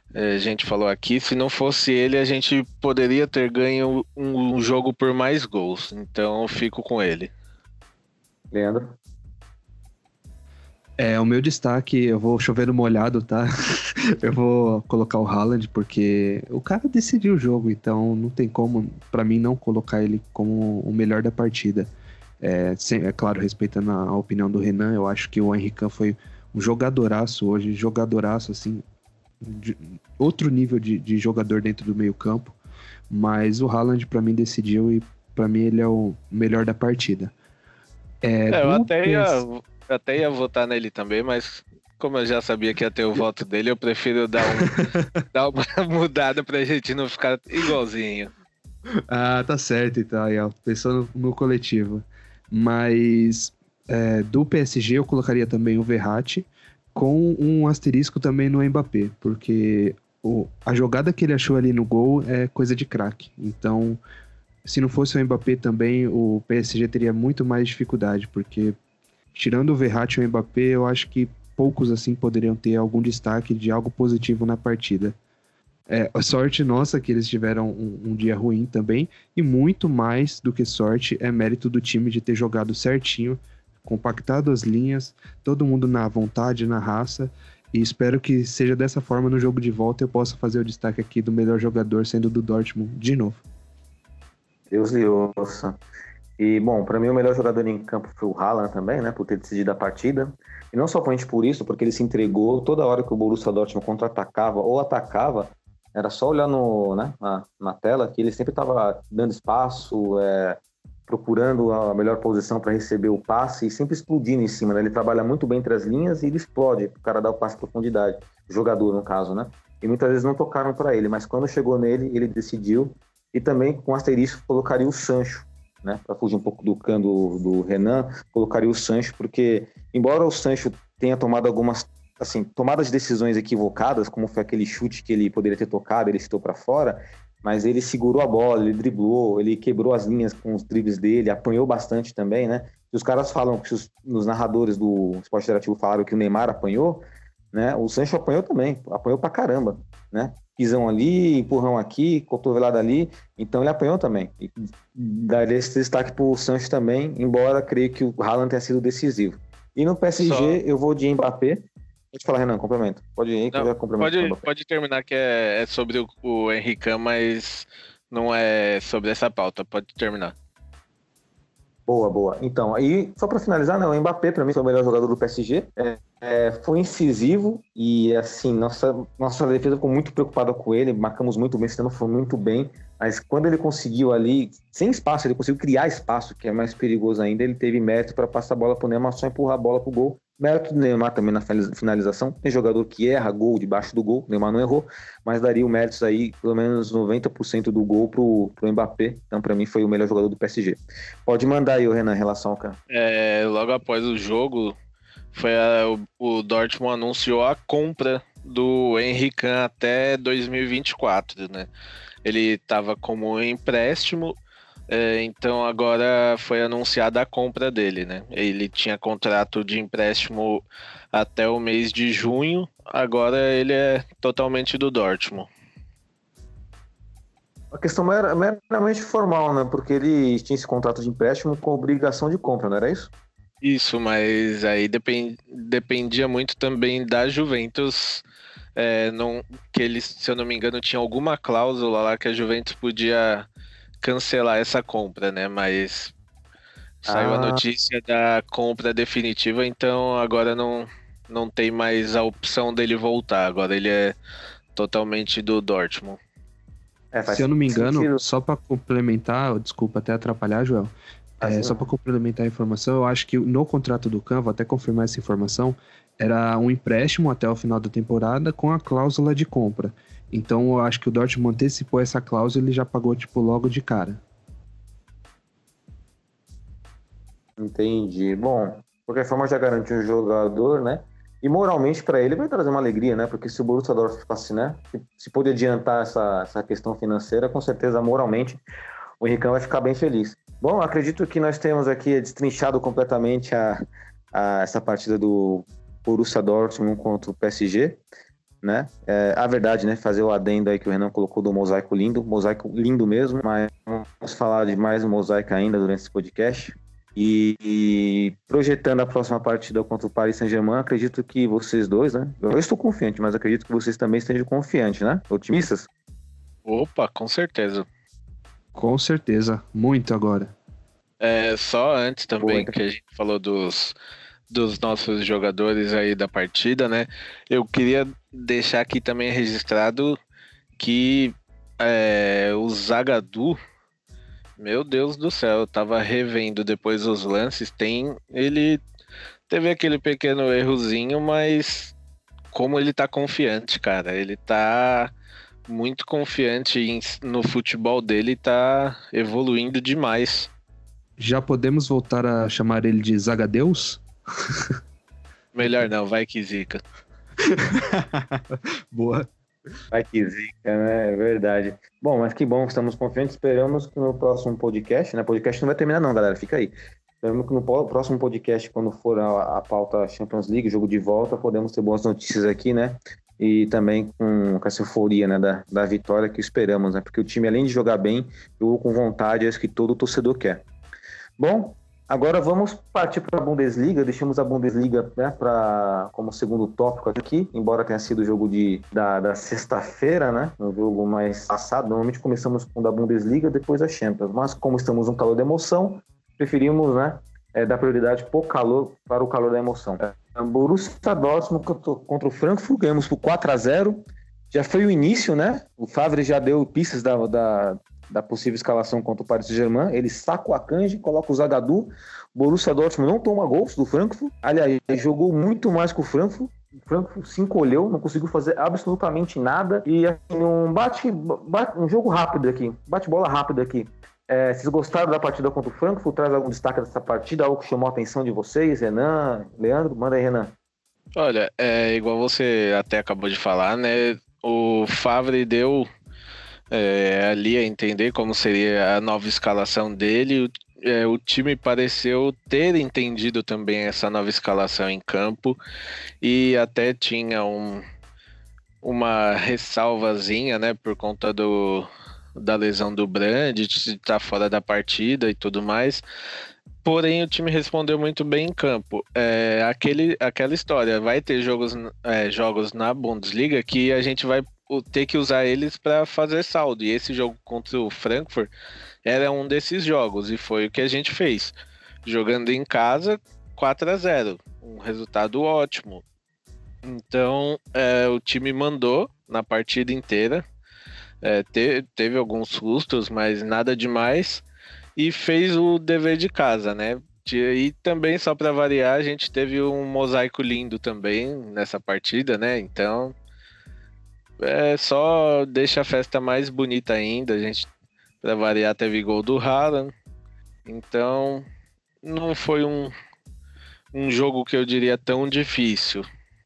a gente falou aqui, se não fosse ele, a gente poderia ter ganho um jogo por mais gols. Então eu fico com ele. Leandro? O meu destaque, eu vou chover no molhado, tá? Eu vou colocar o Haaland, porque o cara decidiu o jogo, então não tem como, pra mim, não colocar ele como o melhor da partida. É claro, respeitando a opinião do Renan, eu acho que o Henry Can foi um jogadoraço hoje, jogadoraço, assim, outro nível de jogador dentro do meio campo, mas o Haaland, pra mim, decidiu e pra mim ele é o melhor da partida. Eu até ia votar nele também, mas como eu já sabia que ia ter o voto dele, eu prefiro dar uma mudada pra gente não ficar igualzinho. Ah, tá certo, então, aí, ó, pensando no coletivo. Mas do PSG eu colocaria também o Verratti, com um asterisco também no Mbappé, porque a jogada que ele achou ali no gol é coisa de craque. Então, se não fosse o Mbappé também, o PSG teria muito mais dificuldade, porque tirando o Verratti e o Mbappé, eu acho que poucos assim poderiam ter algum destaque de algo positivo na partida. A sorte nossa que eles tiveram um dia ruim também, e muito mais do que sorte é mérito do time de ter jogado certinho, compactado as linhas, todo mundo na vontade, na raça, e espero que seja dessa forma no jogo de volta. Eu possa fazer o destaque aqui do melhor jogador sendo do Dortmund de novo. Deus lhe ouça. E, bom, para mim o melhor jogador em campo foi o Haaland também, né, por ter decidido a partida. E não somente por isso, porque ele se entregou toda hora que o Borussia Dortmund contra-atacava ou atacava, era só olhar na tela que ele sempre estava dando espaço, procurando a melhor posição para receber o passe e sempre explodindo em cima, né? Ele trabalha muito bem entre as linhas e ele explode, o cara dá o passe em profundidade, o jogador no caso, né? E muitas vezes não tocaram para ele, mas quando chegou nele, ele decidiu. E também, com asterisco, colocaria o Sancho, né? Para fugir um pouco do canto do Renan, colocaria o Sancho, porque embora o Sancho tenha tomado algumas tomadas de decisões equivocadas, como foi aquele chute que ele poderia ter tocado, ele chutou para fora, mas ele segurou a bola, ele driblou, ele quebrou as linhas com os dribles dele, apanhou bastante também, né? Se os caras falam, que os narradores do Esporte Interativo falaram que o Neymar apanhou, né? O Sancho apanhou também, apanhou pra caramba, né? Pisão ali, empurrão aqui, cotovelada ali, então ele apanhou também. E daria esse destaque pro Sancho também, embora creio que o Haaland tenha sido decisivo. E no PSG eu vou de Mbappé. Pode falar, Renan, complemento. Pode ir, que eu já complemento. Pode terminar, que é sobre o Henry Can, mas não é sobre essa pauta. Pode terminar. Boa. Então, aí, só para finalizar, né, o Mbappé, para mim, foi o melhor jogador do PSG. Foi incisivo e, assim, nossa defesa ficou muito preocupada com ele. Marcamos muito bem, esse ano foi muito bem. Mas quando ele conseguiu ali, sem espaço, ele conseguiu criar espaço, que é mais perigoso ainda. Ele teve mérito para passar a bola pro Neymar, só empurrar a bola pro gol. Mérito do Neymar também na finalização. Tem jogador que erra gol debaixo do gol, o Neymar não errou, mas daria o mérito aí, pelo menos 90% do gol pro Mbappé. Então, para mim, foi o melhor jogador do PSG. Pode mandar aí, Renan, em relação ao cara. Logo após o jogo, o Dortmund anunciou a compra do Henry Can até 2024, né? Ele estava como empréstimo, então agora foi anunciada a compra dele, né? Ele tinha contrato de empréstimo até o mês de junho, agora ele é totalmente do Dortmund. A questão era meramente formal, né? Porque ele tinha esse contrato de empréstimo com obrigação de compra, não era isso? Isso, mas aí dependia muito também da Juventus, que eles, se eu não me engano, tinha alguma cláusula lá que a Juventus podia cancelar essa compra, né? Mas saiu a notícia da compra definitiva, então agora não tem mais a opção dele voltar, agora ele é totalmente do Dortmund. Se eu não me engano, só para complementar, desculpa até atrapalhar, Joel, só para complementar a informação, eu acho que no contrato do Can, vou até confirmar essa informação, era um empréstimo até o final da temporada com a cláusula de compra. Então eu acho que o Dortmund antecipou essa cláusula e ele já pagou logo de cara. Entendi. Bom, de qualquer forma já garantiu um jogador, né? E moralmente para ele vai trazer uma alegria, né? Porque se o Borussia Dortmund ficasse, né? Se pôde adiantar essa questão financeira, com certeza moralmente o Henricão vai ficar bem feliz. Bom, acredito que nós temos aqui destrinchado completamente essa partida do Borussia Dortmund contra o PSG. né? A verdade, né? Fazer o adendo aí que o Renan colocou do mosaico lindo mesmo, mas vamos falar de mais um mosaico ainda durante esse podcast. E projetando a próxima partida contra o Paris Saint-Germain, acredito que vocês dois, né? Eu estou confiante, mas acredito que vocês também estejam confiantes, né? Otimistas? Opa, com certeza. Com certeza, muito agora. Só antes também que a gente falou dos nossos jogadores aí da partida, né? Eu queria deixar aqui também registrado que o Zagadou, meu Deus do céu, eu tava revendo depois os lances, ele teve aquele pequeno errozinho, mas como ele tá confiante, cara, ele tá muito confiante no futebol dele, tá evoluindo demais. Já podemos voltar a chamar ele de Zagadeus? Melhor não, vai que zica. Boa. Vai que zica, né? É verdade. Bom, mas que bom que estamos confiantes. Esperamos que no próximo podcast, né? Podcast não vai terminar não, galera. Fica aí. Esperamos que no próximo podcast, quando for a pauta Champions League, jogo de volta, podemos ter boas notícias aqui, né? E também com essa euforia, né, da vitória que esperamos, né? Porque o time, além de jogar bem, jogou com vontade, é isso que todo torcedor quer. Bom, agora vamos partir para a Bundesliga. Deixamos a Bundesliga, né, como segundo tópico aqui, embora tenha sido o jogo da sexta-feira, né, um jogo mais passado. Normalmente começamos com o da Bundesliga, depois a Champions, mas como estamos num calor de emoção, preferimos, né, dar prioridade para o calor da emoção. Borussia Dortmund contra o Frankfurt, ganhamos por 4-0. Já foi o início, né? O Favre já deu pistas da possível escalação contra o Paris Saint-Germain. Ele saca o Akanji, coloca o Zagadou. Borussia Dortmund não toma gols do Frankfurt. Aliás, jogou muito mais que o Frankfurt. O Frankfurt se encolheu, não conseguiu fazer absolutamente nada. E assim, um jogo rápido aqui, bate-bola rápido aqui. Vocês gostaram da partida contra o Frankfurt? Traz algum destaque dessa partida? Algo que chamou a atenção de vocês? Renan, Leandro? Manda aí, Renan. Olha, igual você até acabou de falar, né? O Favre deu ali a entender como seria a nova escalação dele. O time pareceu ter entendido também essa nova escalação em campo e até tinha uma ressalvazinha, né, por conta da lesão do Brandt, de estar fora da partida e tudo mais. Porém, o time respondeu muito bem em campo. Aquela história, vai ter jogos na Bundesliga que a gente vai ter que usar eles para fazer saldo. E esse jogo contra o Frankfurt era um desses jogos, e foi o que a gente fez. Jogando em casa, 4-0. Um resultado ótimo. Então, o time mandou na partida inteira. Teve alguns sustos, mas nada demais. E fez o dever de casa, né? E também, só para variar, a gente teve um mosaico lindo também nessa partida, né? Então, só deixa a festa mais bonita ainda. A gente, para variar, teve gol do Haaland. Então, não foi um jogo que eu diria tão difícil.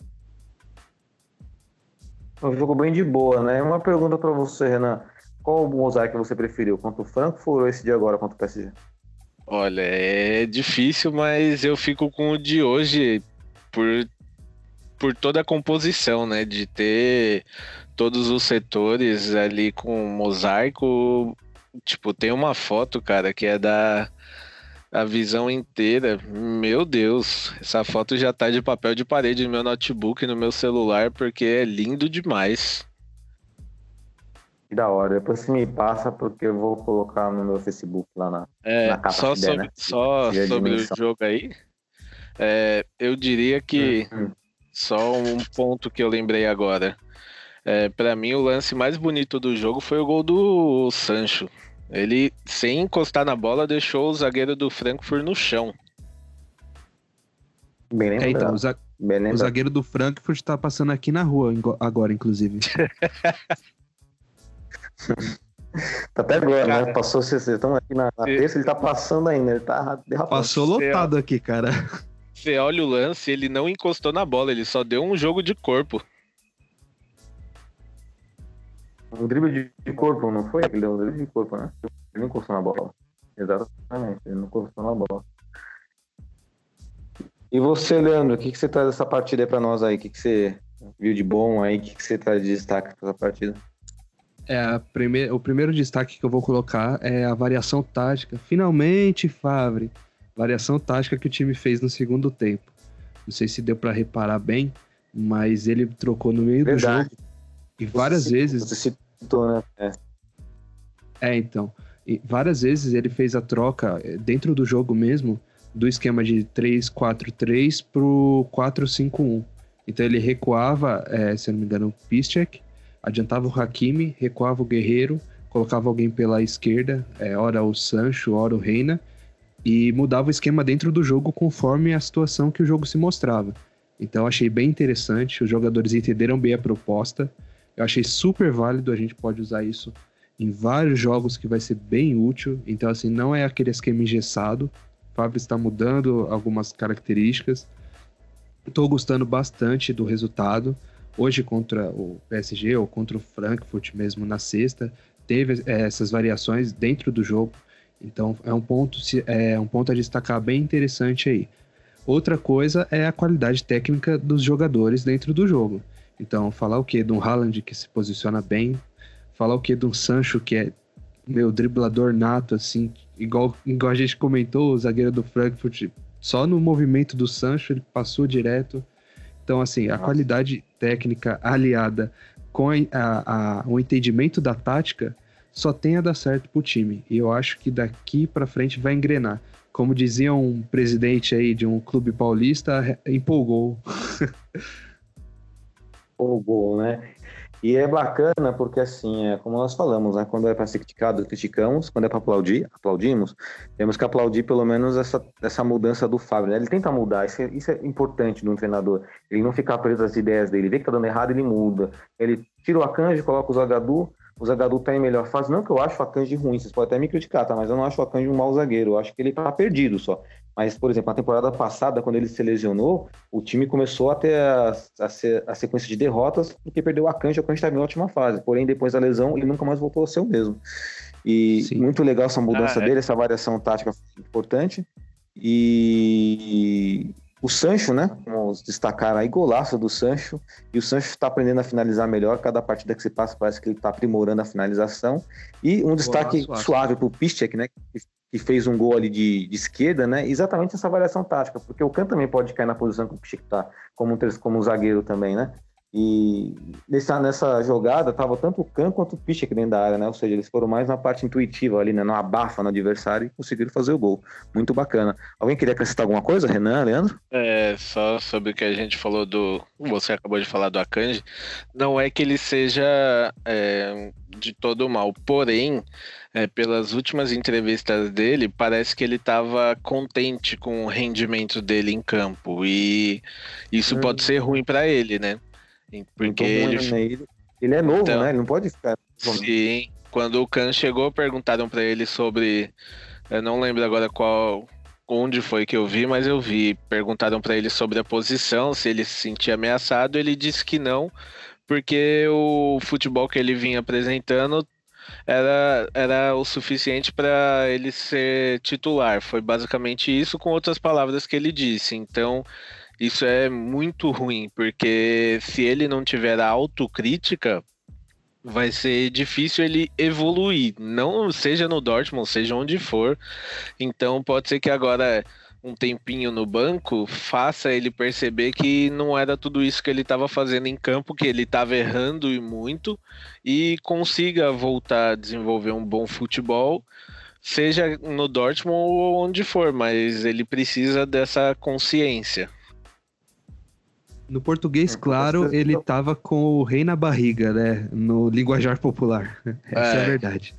Um jogo bem de boa, né? Uma pergunta para você, Renan. Qual o mosaico você preferiu? Contra o Frankfurt ou esse de agora contra o PSG? Olha, é difícil, mas eu fico com o de hoje por toda a composição, né? De ter todos os setores ali com mosaico. Tipo, tem uma foto, cara, que é a visão inteira. Meu Deus, essa foto já tá de papel de parede no meu notebook, no meu celular, porque é lindo demais. Que da hora. Depois você me passa, porque eu vou colocar no meu Facebook lá na capa. Só sobre o jogo aí, eu diria que só um ponto que eu lembrei agora. Para mim, o lance mais bonito do jogo foi o gol do Sancho. Ele, sem encostar na bola, deixou o zagueiro do Frankfurt no chão. Bem lembrado. Então, o zagueiro do Frankfurt tá passando aqui na rua agora, inclusive. Tá até agora, cara, né? Passou, vocês estão aqui na terça, ele tá passando ainda, ele tá derrapando. Passou lotado aqui, cara. Você olha o lance, ele não encostou na bola, ele só deu um jogo de corpo. Um drible de corpo, não foi? Ele deu um drible de corpo, né? Ele não encostou na bola. Exatamente, ele não encostou na bola. E você, Leandro, o que você traz dessa partida aí pra nós aí? O que você viu de bom aí? O que você traz de destaque para essa partida? O primeiro destaque que eu vou colocar é a variação tática. Finalmente, Favre, variação tática que o time fez no segundo tempo. Não sei se deu para reparar bem, mas ele trocou no meio do jogo. E várias vezes... Você citou, né? Então. E várias vezes ele fez a troca dentro do jogo mesmo, do esquema de 3-4-3 pro 4-5-1. Então ele recuava, se eu não me engano, o Piszczek, adiantava o Hakimi, recuava o Guerreiro, colocava alguém pela esquerda, ora o Sancho, ora o Reina, e mudava o esquema dentro do jogo conforme a situação que o jogo se mostrava. Então eu achei bem interessante, os jogadores entenderam bem a proposta, eu achei super válido, a gente pode usar isso em vários jogos que vai ser bem útil. Então assim, não é aquele esquema engessado, o Favre está mudando algumas características. Estou gostando bastante do resultado. Hoje contra o PSG ou contra o Frankfurt mesmo na sexta, teve essas variações dentro do jogo. Então é um ponto a destacar bem interessante aí. Outra coisa é a qualidade técnica dos jogadores dentro do jogo. Então falar o que de um Haaland que se posiciona bem, falar o que de um Sancho que é driblador nato, assim, igual a gente comentou, o zagueiro do Frankfurt, só no movimento do Sancho ele passou direto. Então, assim, a qualidade técnica aliada com o entendimento da tática só tem a dar certo pro time. E eu acho que daqui pra frente vai engrenar. Como dizia um presidente aí de um clube paulista, empolgou. Empolgou, né? E é bacana porque, assim, como nós falamos, né? Quando é para ser criticado, criticamos. Quando é para aplaudir, aplaudimos. Temos que aplaudir, pelo menos, essa mudança do Favre, né? Ele tenta mudar, isso é importante no treinador. Ele não ficar preso às ideias dele. Ele vê que tá dando errado, ele muda. Ele tira o Akanji, coloca o Zagadou tá em melhor fase. Não que eu acho o Akanji ruim, vocês podem até me criticar, tá? Mas eu não acho o Akanji um mau zagueiro. Eu acho que ele tá perdido só. Mas, por exemplo, na temporada passada, quando ele se lesionou, o time começou a ter a sequência de derrotas porque perdeu o Akanji estava em ótima fase. Porém, depois da lesão, ele nunca mais voltou a ser o mesmo. E sim, muito legal essa mudança dele, essa variação tática importante. E o Sancho, né? Vamos destacar aí, golaço do Sancho. E o Sancho está aprendendo a finalizar melhor. Cada partida que se passa parece que ele está aprimorando a finalização. E um destaque suave para o Piszczek, né? Que fez um gol ali de esquerda, né? Exatamente essa variação tática, porque o Kahn também pode cair na posição que o Piszczek tá, como um zagueiro também, né? E nessa jogada tava tanto o Kahn quanto o Piszczek dentro da área, né? Ou seja, eles foram mais na parte intuitiva ali, né? No abafa no adversário e conseguiram fazer o gol. Muito bacana. Alguém queria acrescentar alguma coisa? Renan, Leandro? Só sobre o que a gente falou você acabou de falar do Akanji, não é que ele seja de todo mal, porém, pelas últimas entrevistas dele, parece que ele estava contente com o rendimento dele em campo, e isso pode ser ruim para ele, né? Porque ele é novo, então, né? Ele não pode ficar... Sim, quando o Kahn chegou, perguntaram para ele sobre... Eu não lembro agora onde foi que eu vi, mas eu vi. Perguntaram para ele sobre a posição, se ele se sentia ameaçado. Ele disse que não, porque o futebol que ele vinha apresentando era o suficiente para ele ser titular. Foi basicamente isso, com outras palavras que ele disse. Então, isso é muito ruim, porque se ele não tiver a autocrítica, vai ser difícil ele evoluir, não seja no Dortmund, seja onde for. Então pode ser que agora um tempinho no banco faça ele perceber que não era tudo isso que ele estava fazendo em campo, que ele estava errando e muito, e consiga voltar a desenvolver um bom futebol, seja no Dortmund ou onde for, mas ele precisa dessa consciência. No português, claro, ele tava com o rei na barriga, né? No linguajar popular. Essa é a verdade.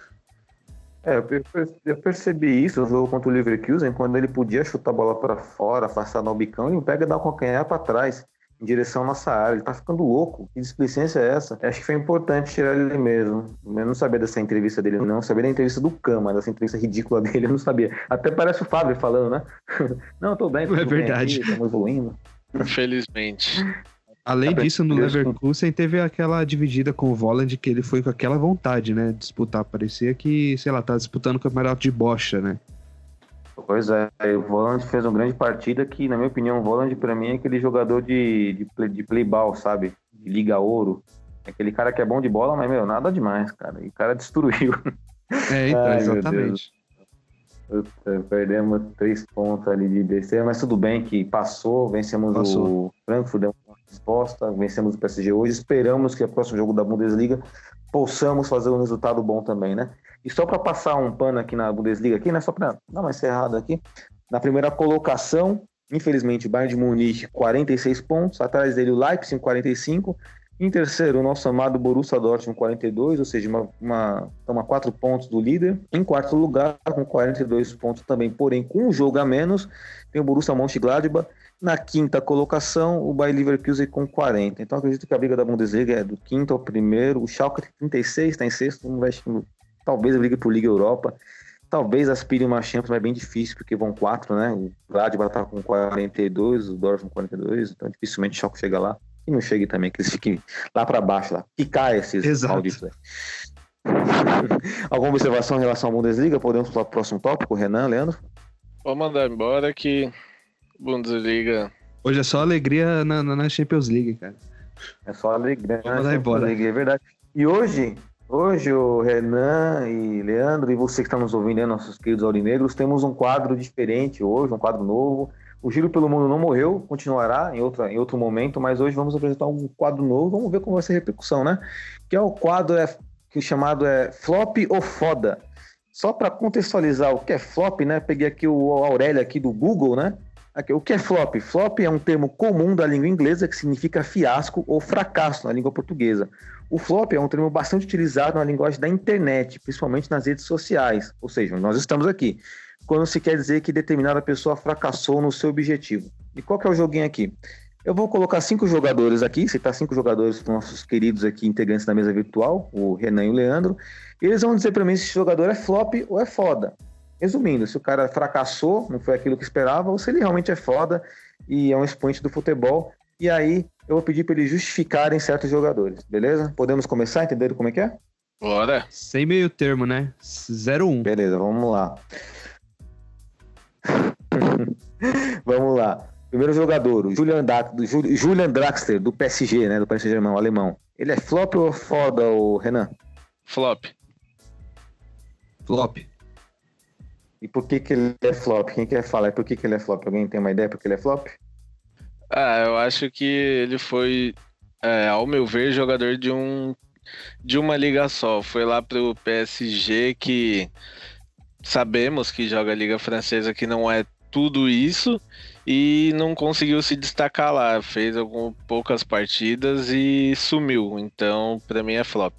Eu percebi isso no jogo contra o Leverkusen, quando ele podia chutar a bola para fora, afastar no bicão, ele pega e dá o calcanhar para trás, em direção à nossa área. Ele tá ficando louco. Que displicência é essa? Acho que foi importante tirar ele mesmo. Eu não sabia dessa entrevista dele, não. Eu sabia da entrevista do Kahn, mas dessa entrevista ridícula dele eu não sabia. Até parece o Fábio falando, né? Não, tô bem. É verdade. Estamos evoluindo. Infelizmente. Além disso, no Leverkusen teve aquela dividida com o Volland, que ele foi com aquela vontade, né? Disputar. Parecia que, sei lá, tá disputando o campeonato de bocha, né? Pois é, o Voland fez uma grande partida que, na minha opinião, o Voland pra mim é aquele jogador de playball, sabe? De Liga Ouro. É aquele cara que é bom de bola, mas, meu, nada demais, cara. E o cara destruiu. Então, Ai, exatamente. Puta, perdemos 3 pontos ali de besteira, mas tudo bem que vencemos o Frankfurt, demos uma resposta, vencemos o PSG hoje, esperamos que o próximo jogo da Bundesliga possamos fazer um resultado bom também, né? E só para passar um pano aqui na Bundesliga, aqui, né? Só para dar uma encerrada aqui, na primeira colocação, infelizmente, o Bayern de Munique, 46 pontos, atrás dele o Leipzig, 45. Em terceiro, o nosso amado Borussia Dortmund, 42, ou seja, estamos a 4 pontos do líder. Em quarto lugar, com 42 pontos também, porém com um jogo a menos, tem o Borussia Mönchengladbach. Na quinta colocação, o Bayer Leverkusen com 40. Então, acredito que a briga da Bundesliga é do quinto ao primeiro. O Schalke tem 36, está em sexto, talvez brigue por Liga Europa. Talvez aspire uma Champions, mas é bem difícil, porque vão 4, né? O Gladbach está com 42, o Dortmund com 42, então dificilmente o Schalke chega lá. E não chegue também, que eles fiquem lá para baixo, lá. E caia esses malditos aí. Alguma observação em relação à Bundesliga? Podemos para o próximo tópico, Renan, Leandro? Vou mandar embora que Bundesliga... Hoje é só alegria na Champions League, cara. É só alegria na Champions League, é verdade. E hoje o Renan e Leandro, e você que está nos ouvindo, nossos queridos aurinegros, temos um quadro diferente hoje, um quadro novo. O Giro pelo Mundo não morreu, continuará em outro momento, mas hoje vamos apresentar um quadro novo, vamos ver como vai ser a repercussão, né? Que é o quadro que o chamado é Flop ou Foda. Só para contextualizar o que é flop, né? Peguei aqui o Aurélio aqui do Google, né? Aqui, o que é flop? Flop é um termo comum da língua inglesa que significa fiasco ou fracasso na língua portuguesa. O flop é um termo bastante utilizado na linguagem da internet, principalmente nas redes sociais. Ou seja, nós estamos aqui quando se quer dizer que determinada pessoa fracassou no seu objetivo. E qual que é o joguinho aqui? Eu vou colocar 5 jogadores aqui, citar 5 jogadores para nossos queridos aqui, integrantes da mesa virtual, o Renan e o Leandro, e eles vão dizer para mim se esse jogador é flop ou é foda. Resumindo, se o cara fracassou, não foi aquilo que esperava, ou se ele realmente é foda e é um expoente do futebol, e aí eu vou pedir para eles justificarem certos jogadores, beleza? Podemos começar? Entenderam como é que é? Bora! Sem meio termo, né? 0-1. Beleza, vamos lá. Vamos lá. Primeiro jogador, o Julian Draxler, do PSG, né? Do Paris Saint-Germain, alemão. Ele é flop ou foda, o Renan? Flop. Flop. E por que ele é flop? Quem quer falar? Por que ele é flop? Alguém tem uma ideia por que ele é flop? Eu acho que ele foi, ao meu ver, jogador de uma liga só. Foi lá pro PSG, que sabemos que joga a Liga Francesa, que não é tudo isso, e não conseguiu se destacar lá. Fez poucas partidas e sumiu. Então, pra mim, é flop.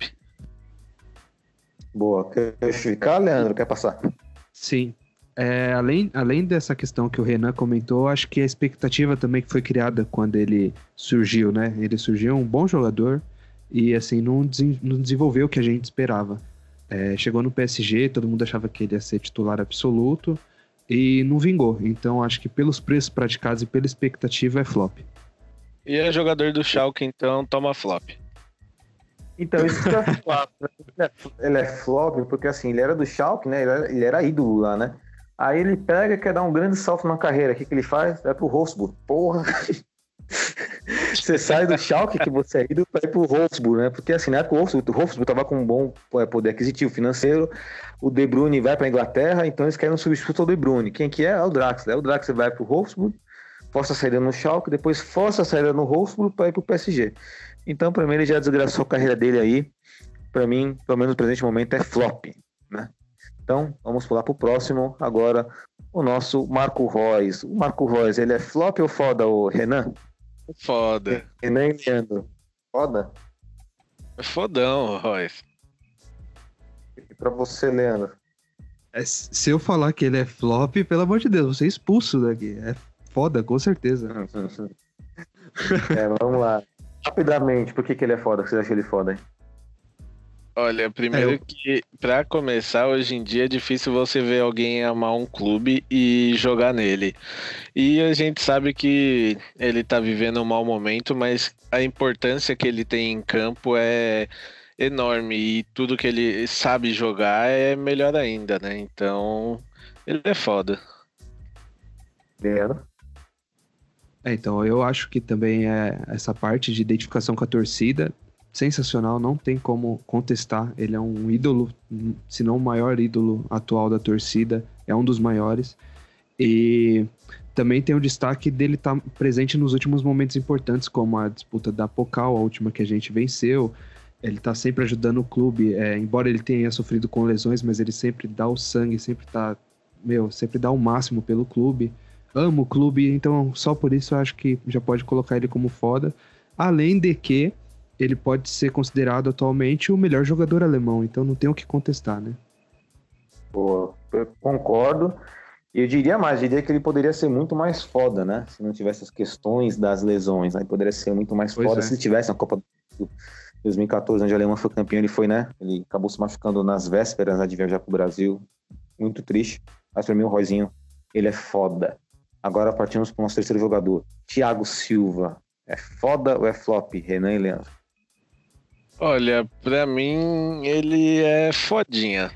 Boa. Quer justificar, Leandro? Quer passar? Sim. Além dessa questão que o Renan comentou, acho que a expectativa também que foi criada quando ele surgiu, né? Ele surgiu um bom jogador e, assim, não desenvolveu o que a gente esperava. Chegou no PSG, todo mundo achava que ele ia ser titular absoluto e não vingou. Então, acho que pelos preços praticados e pela expectativa é flop. E é jogador do Schalke, então toma flop. Então, isso que eu ia falar. Ele é flop porque, assim, ele era do Schalke, né? Ele era ídolo lá, né? Aí ele pega e quer dar um grande salto na carreira. O que ele faz? Vai pro Wolfsburg. Porra! Você sai do Schalke, que você é ídolo, vai pro Wolfsburg, né? Porque, assim, na época o Wolfsburg tava com um bom poder aquisitivo financeiro. O De Bruyne vai pra Inglaterra, então eles querem um substituto ao De Bruyne. Quem que é? É o Draxler. O Draxler vai pro Wolfsburg, força a saída no Schalke, depois força a saída no Wolfsburg para ir pro PSG. Então, pra mim, ele já desgraçou a carreira dele aí. Pra mim, pelo menos no presente momento, é flop, né? Então, vamos pular pro próximo. Agora, o nosso Marco Reus. O Marco Reus, ele é flop ou foda, o Renan? Foda. Renan e Leandro. Foda? É fodão, Reus. E pra você, Leandro? Se eu falar que ele é flop, pelo amor de Deus, você é expulso daqui. É foda, com certeza. Vamos lá. Rapidamente, por que ele é foda? Você acha ele foda, hein? Olha, primeiro que, pra começar, hoje em dia é difícil você ver alguém amar um clube e jogar nele. E a gente sabe que ele tá vivendo um mau momento, mas a importância que ele tem em campo é enorme. E tudo que ele sabe jogar é melhor ainda, né? Então, ele é foda. Leandro? Então, eu acho que também é essa parte de identificação com a torcida sensacional, não tem como contestar. Ele é um ídolo, se não o maior ídolo atual da torcida, é um dos maiores. E também tem o destaque dele estar presente nos últimos momentos importantes, como a disputa da Pocal, a última que a gente venceu. Ele tá sempre ajudando o clube, embora ele tenha sofrido com lesões, mas ele sempre dá o sangue, sempre dá o máximo pelo clube. Amo o clube, então só por isso eu acho que já pode colocar ele como foda. Além de que ele pode ser considerado atualmente o melhor jogador alemão, então não tem o que contestar, né? Pô, eu concordo. Eu diria que ele poderia ser muito mais foda, né? Se não tivesse as questões das lesões, né? Ele poderia ser muito mais foda se tivesse na Copa do 2014, onde a Alemanha foi campeão, ele foi, né? Ele acabou se machucando nas vésperas, né, de viajar pro Brasil. Muito triste. Mas pra mim o Royzinho, ele é foda. Agora partimos pro nosso terceiro jogador. Thiago Silva. É foda ou é flop, Renan e Leandro? Olha, pra mim ele é fodinha.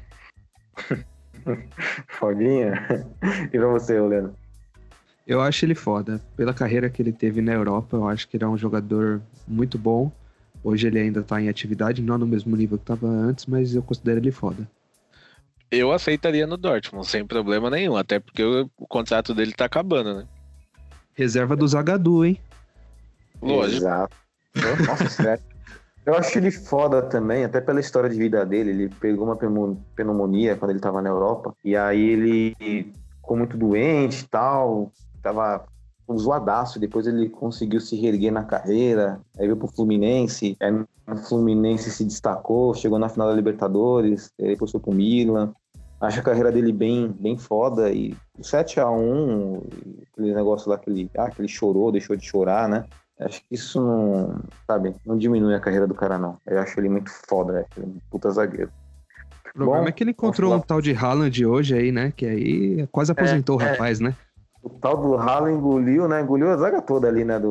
Fodinha? E pra você, Leandro? Eu acho ele foda. Pela carreira que ele teve na Europa, eu acho que ele é um jogador muito bom. Hoje ele ainda tá em atividade, não no mesmo nível que tava antes, mas eu considero ele foda. Eu aceitaria no Dortmund, sem problema nenhum, até porque o contrato dele tá acabando, né? Reserva do Zagadou, hein? Lógico. Exato. Nossa, sério. Eu acho ele foda também, até pela história de vida dele. Ele pegou uma pneumonia quando ele tava na Europa, e aí ele ficou muito doente e tal, tava zoadaço, depois ele conseguiu se reerguer na carreira, aí veio pro Fluminense, aí no Fluminense se destacou, chegou na final da Libertadores, depois foi pro Milan. Acho a carreira dele bem foda, e o 7-1, aquele negócio lá que ele chorou, deixou de chorar, né? Acho que isso não diminui a carreira do cara, não. Eu acho ele muito foda, acho ele um puta zagueiro. O problema é que ele encontrou um tal de Haaland hoje aí, né? Que aí quase aposentou o rapaz, né? O tal do Haaland engoliu a zaga toda ali, né?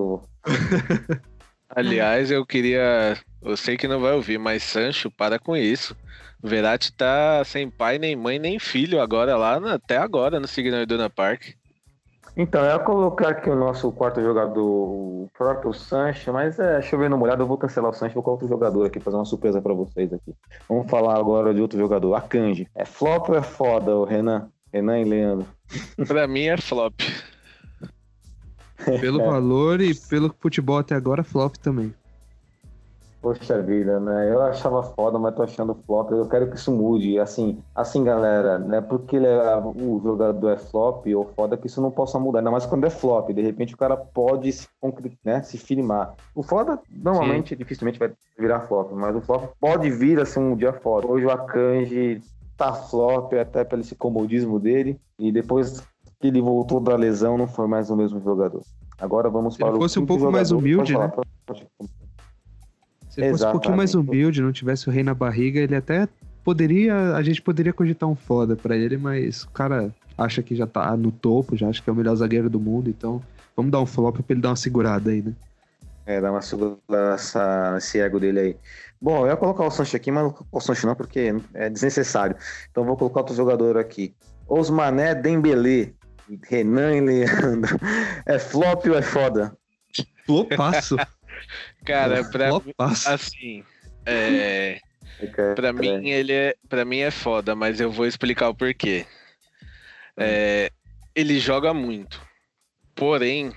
Aliás, eu sei que não vai ouvir, mas Sancho, para com isso. O Verratti tá sem pai, nem mãe, nem filho agora até agora no Signal Iduna Park. Então, eu ia colocar aqui o nosso quarto jogador, o próprio Sancho, mas chovendo molhado, eu vou cancelar o Sancho, vou colocar outro jogador aqui, fazer uma surpresa pra vocês aqui. Vamos falar agora de outro jogador, Akanji. É flop ou é foda, o Renan? Renan e Leandro. Pra mim é flop. Pelo valor e pelo futebol até agora, flop também. Poxa vida, né? Eu achava foda, mas tô achando flop. Eu quero que isso mude. Assim, galera, né? Porque o jogador é flop ou foda, que isso não possa mudar. Ainda mais quando é flop. De repente o cara pode se firmar. O foda, normalmente, dificilmente vai virar flop, mas o flop pode vir a ser um dia foda. Hoje o Akanji tá flop, até pelo esse comodismo dele. E depois que ele voltou da lesão, não foi mais o mesmo jogador. Agora vamos para o. Se ele fosse um pouco mais humilde, né? Se ele fosse um pouquinho mais humilde, não tivesse o rei na barriga, ele até a gente poderia cogitar um foda pra ele, mas o cara acha que já tá no topo, já acha que é o melhor zagueiro do mundo, então vamos dar um flop pra ele dar uma segurada aí, né? Dar uma segurada nesse ego dele aí. Bom, eu ia colocar o Sancho aqui, mas não vou colocar o Sancho não, porque é desnecessário. Então vou colocar outro jogador aqui. Ousmane Dembélé, Renan e Leandro. É flop ou é foda? Flopaço. Cara, assim, pra mim é foda, mas eu vou explicar o porquê. Ele joga muito, porém,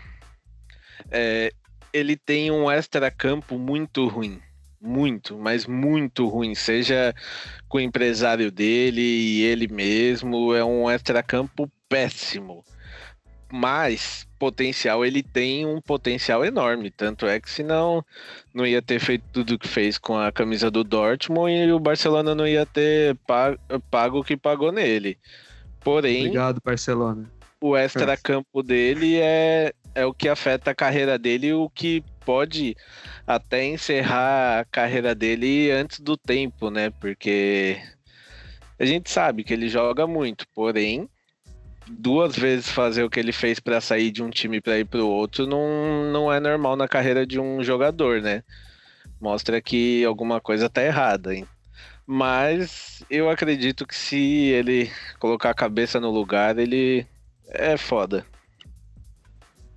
ele tem um extracampo muito ruim, muito, mas muito ruim, seja com o empresário dele e ele mesmo, é um extracampo péssimo. Mas potencial, ele tem um potencial enorme, tanto é que senão não ia ter feito tudo o que fez com a camisa do Dortmund e o Barcelona não ia ter pago o que pagou nele. Porém, obrigado, Barcelona. O extracampo dele é o que afeta a carreira dele, o que pode até encerrar a carreira dele antes do tempo, né? Porque a gente sabe que ele joga muito, porém 2 vezes fazer o que ele fez para sair de um time para ir para o outro não é normal na carreira de um jogador, né? Mostra que alguma coisa tá errada, hein? Mas eu acredito que se ele colocar a cabeça no lugar, ele é foda.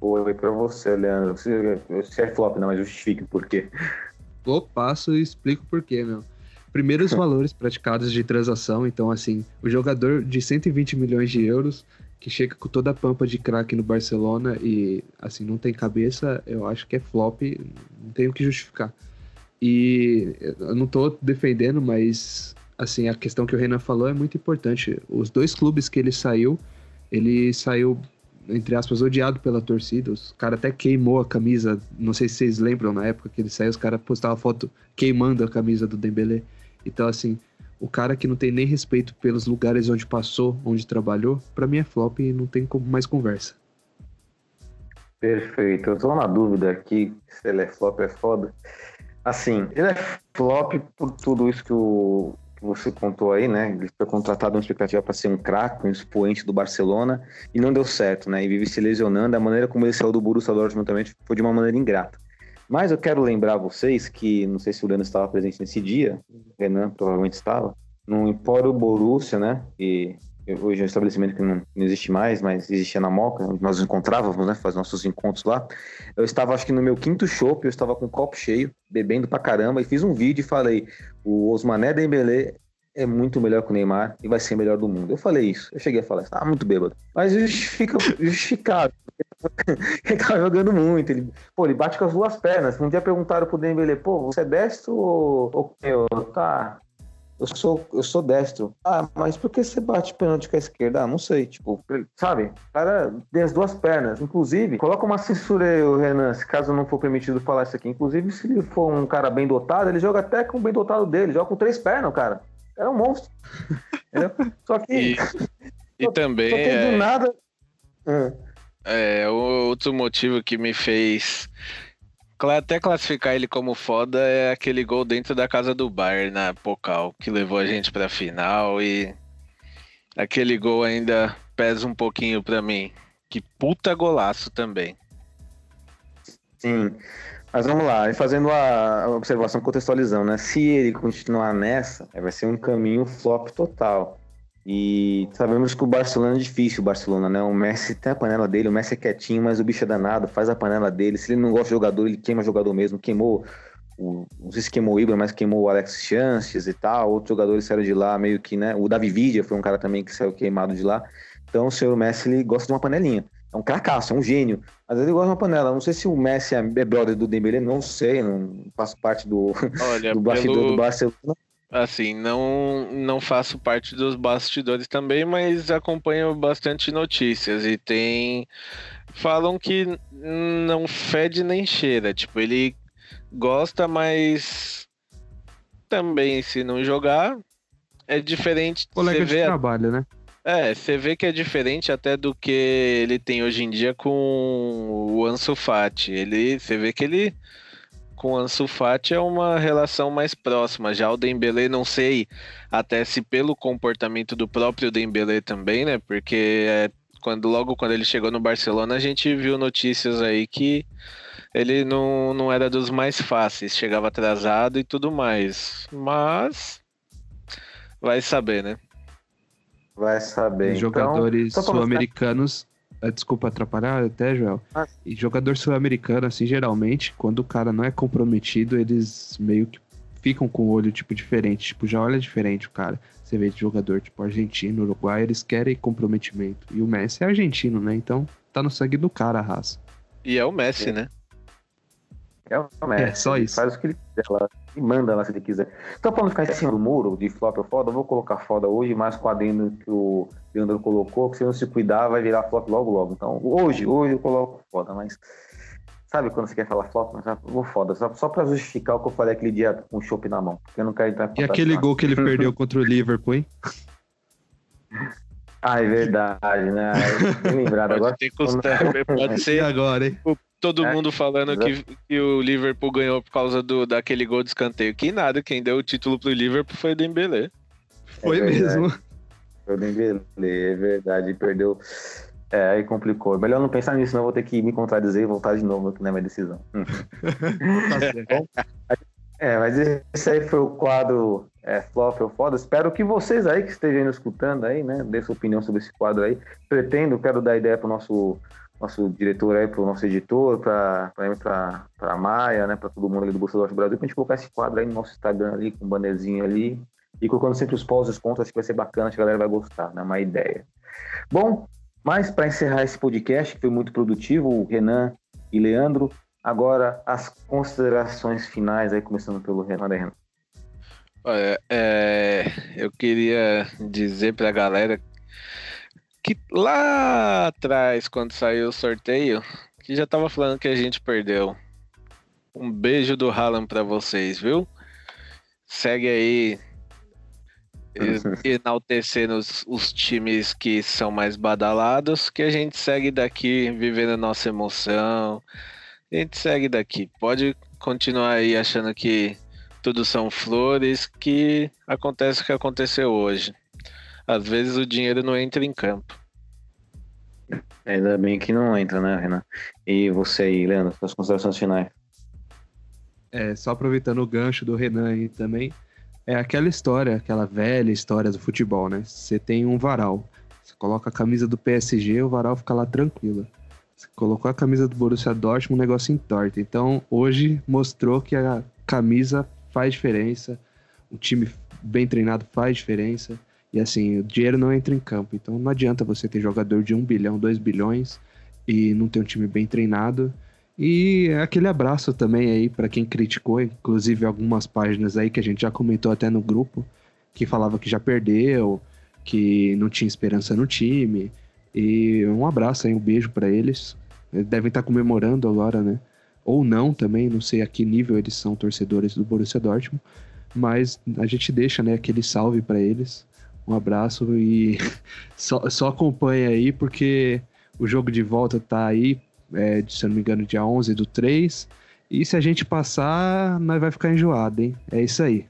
Foi pra você, Leandro. Você é flop, não, mas justifique por quê. Eu passo e explico por quê, meu. Primeiro, os valores praticados de transação. Então, assim, o jogador de 120 milhões de euros, que chega com toda a pampa de craque no Barcelona e, assim, não tem cabeça, eu acho que é flop, não tenho o que justificar. E eu não tô defendendo, mas, assim, a questão que o Renan falou é muito importante. Os 2 clubes que ele saiu, entre aspas, odiado pela torcida. Os caras até queimou a camisa. Não sei se vocês lembram, na época que ele saiu, os caras postavam foto queimando a camisa do Dembélé. Então, assim, o cara que não tem nem respeito pelos lugares onde passou, onde trabalhou, pra mim é flop e não tem mais conversa. Perfeito. Eu tô na dúvida aqui se ele é flop ou é foda. Assim, ele é flop por tudo isso que você contou aí, né? Ele foi contratado uma expectativa para ser um craque, um expoente do Barcelona, e não deu certo, né? E vive se lesionando. A maneira como ele saiu do Borussia Dortmund também foi de uma maneira ingrata. Mas eu quero lembrar vocês que, não sei se o Leandro estava presente nesse dia, o Renan provavelmente estava, no Empório Borussia, né? E hoje é um estabelecimento que não existe mais, mas existia na Moca, onde nós nos encontrávamos, né? Fazer nossos encontros lá. Eu estava, acho que no meu 5º chopp, eu estava com um copo cheio, bebendo pra caramba, e fiz um vídeo e falei: o Ousmane Dembélé é muito melhor que o Neymar e vai ser o melhor do mundo. Eu falei isso, eu cheguei a falar isso, muito bêbado. Mas justificado. Ele tava jogando muito, ele bate com as 2 pernas. Um dia perguntaram pro Dembélé: pô, você é destro ou eu? Tá, eu sou destro. Mas por que você bate pênalti com a esquerda? Não sei, tipo, sabe? O cara tem as 2 pernas. Inclusive, coloca uma censura aí, Renan, se caso não for permitido falar isso aqui. Inclusive, se ele for um cara bem dotado, ele joga até com o bem dotado dele, joga com 3 pernas, cara. É um monstro. Só que... E também só que do nada... outro motivo que me fez até classificar ele como foda é aquele gol dentro da casa do Bayern na Pokal, que levou a gente pra final, e aquele gol ainda pesa um pouquinho pra mim. Que puta golaço também. Sim, mas vamos lá, e fazendo a observação, contextualizando, né? Se ele continuar nessa, vai ser um caminho flop total. E sabemos que o Barcelona é difícil, o Barcelona, né? O Messi tem a panela dele, o Messi é quietinho, mas o bicho é danado, faz a panela dele. Se ele não gosta de jogador, ele queima jogador mesmo. Queimou, não sei se queimou o Ibra, mas queimou o Alex Sanches e tal. Outros jogadores saíram de lá meio que, né? O Davi Villa foi um cara também que saiu queimado de lá. Então o senhor Messi, ele gosta de uma panelinha. É um cracaço, é um gênio. Mas ele gosta de uma panela. Não sei se o Messi é brother do Dembélé, não sei, não faço parte do bastidor do Barcelona. Assim, não faço parte dos bastidores também, mas acompanho bastante notícias e falam que não fede nem cheira, tipo, ele gosta, mas também se não jogar é diferente. Colega de trabalho, né? Você vê que é diferente até do que ele tem hoje em dia com o Ansu Fati. Você vê que ele com o Ansu Fati é uma relação mais próxima. Já o Dembélé, não sei até se pelo comportamento do próprio Dembélé também, né? Porque logo quando ele chegou no Barcelona, a gente viu notícias aí que ele não era dos mais fáceis, chegava atrasado e tudo mais. Mas vai saber, né? Vai saber. Os jogadores sul-americanos... Desculpa atrapalhar até, Joel. E jogador sul-americano, assim, geralmente, quando o cara não é comprometido, eles meio que ficam com o olho, tipo, diferente. Tipo, já olha diferente o cara. Você vê de jogador, tipo, argentino, uruguai, eles querem comprometimento. E o Messi é argentino, né? Então, tá no sangue do cara a raça. E é o Messi, né? É o Messi. É, só isso. Faz o que ele quiser lá. E manda lá se ele quiser. Então, pra não ficar em cima do muro, de flop ou foda, eu vou colocar foda hoje, mais com o adendo que o Leandro colocou, que se não se cuidar, vai virar flop logo. Então, hoje eu coloco foda, mas... Sabe quando você quer falar flop? Mas eu vou foda, só pra justificar o que eu falei aquele dia com o chopp na mão. Porque eu não quero entrar em E aquele gol que ele perdeu contra o Liverpool, hein? É verdade, né? Bem lembrado. Agora pode ser agora, hein? Todo mundo falando que o Liverpool ganhou por causa daquele gol de escanteio. Que nada, quem deu o título pro Liverpool foi o Dembélé. Foi mesmo. Foi o Dembélé, é verdade, perdeu. Aí complicou. Melhor não pensar nisso, não vou ter que me contradizer e voltar de novo aqui na minha decisão. Mas esse aí foi o quadro Flop ou Foda. Espero que vocês aí que estejam escutando aí, né, dê sua opinião sobre esse quadro aí. Quero dar ideia pro nosso nosso diretor aí, pro nosso editor, pra Maia, né, pra todo mundo ali do Borussia Dortmund Brasil, pra gente colocar esse quadro aí no nosso Instagram ali, com um bannerzinho ali, e colocando sempre os pós e os contras, acho que vai ser bacana, acho que a galera vai gostar, né, uma ideia. Bom, mas para encerrar esse podcast, que foi muito produtivo, o Renan e Leandro, agora as considerações finais aí, começando pelo Renan. Olha, eu queria dizer pra galera que lá atrás, quando saiu o sorteio, que já tava falando que a gente perdeu. Um beijo do Haaland pra vocês, viu? Segue aí enaltecendo os times que são mais badalados, que a gente segue daqui vivendo a nossa emoção. A gente segue daqui. Pode continuar aí achando que tudo são flores, que acontece o que aconteceu hoje. Às vezes o dinheiro não entra em campo. Ainda bem que não entra, né, Renan? E você aí, Leandro, suas considerações finais? Só aproveitando o gancho do Renan aí também, é aquela história, aquela velha história do futebol, né? Você tem um varal, você coloca a camisa do PSG, o varal fica lá tranquilo. Você colocou a camisa do Borussia Dortmund, o negócio entorta. Então, hoje mostrou que a camisa faz diferença, um time bem treinado faz diferença, e assim, o dinheiro não entra em campo. Então, não adianta você ter jogador de 1 bilhão, 2 bilhões e não ter um time bem treinado. E aquele abraço também aí para quem criticou, inclusive algumas páginas aí que a gente já comentou até no grupo, que falava que já perdeu, que não tinha esperança no time. E um abraço aí, um beijo para eles. Eles devem estar comemorando agora, né? Ou não também, não sei a que nível eles são torcedores do Borussia Dortmund, mas a gente deixa, né, aquele salve para eles. Um abraço e só acompanha aí, porque o jogo de volta tá aí, se eu não me engano, dia 11/3, e se a gente passar, nós vai ficar enjoado, hein? É isso aí.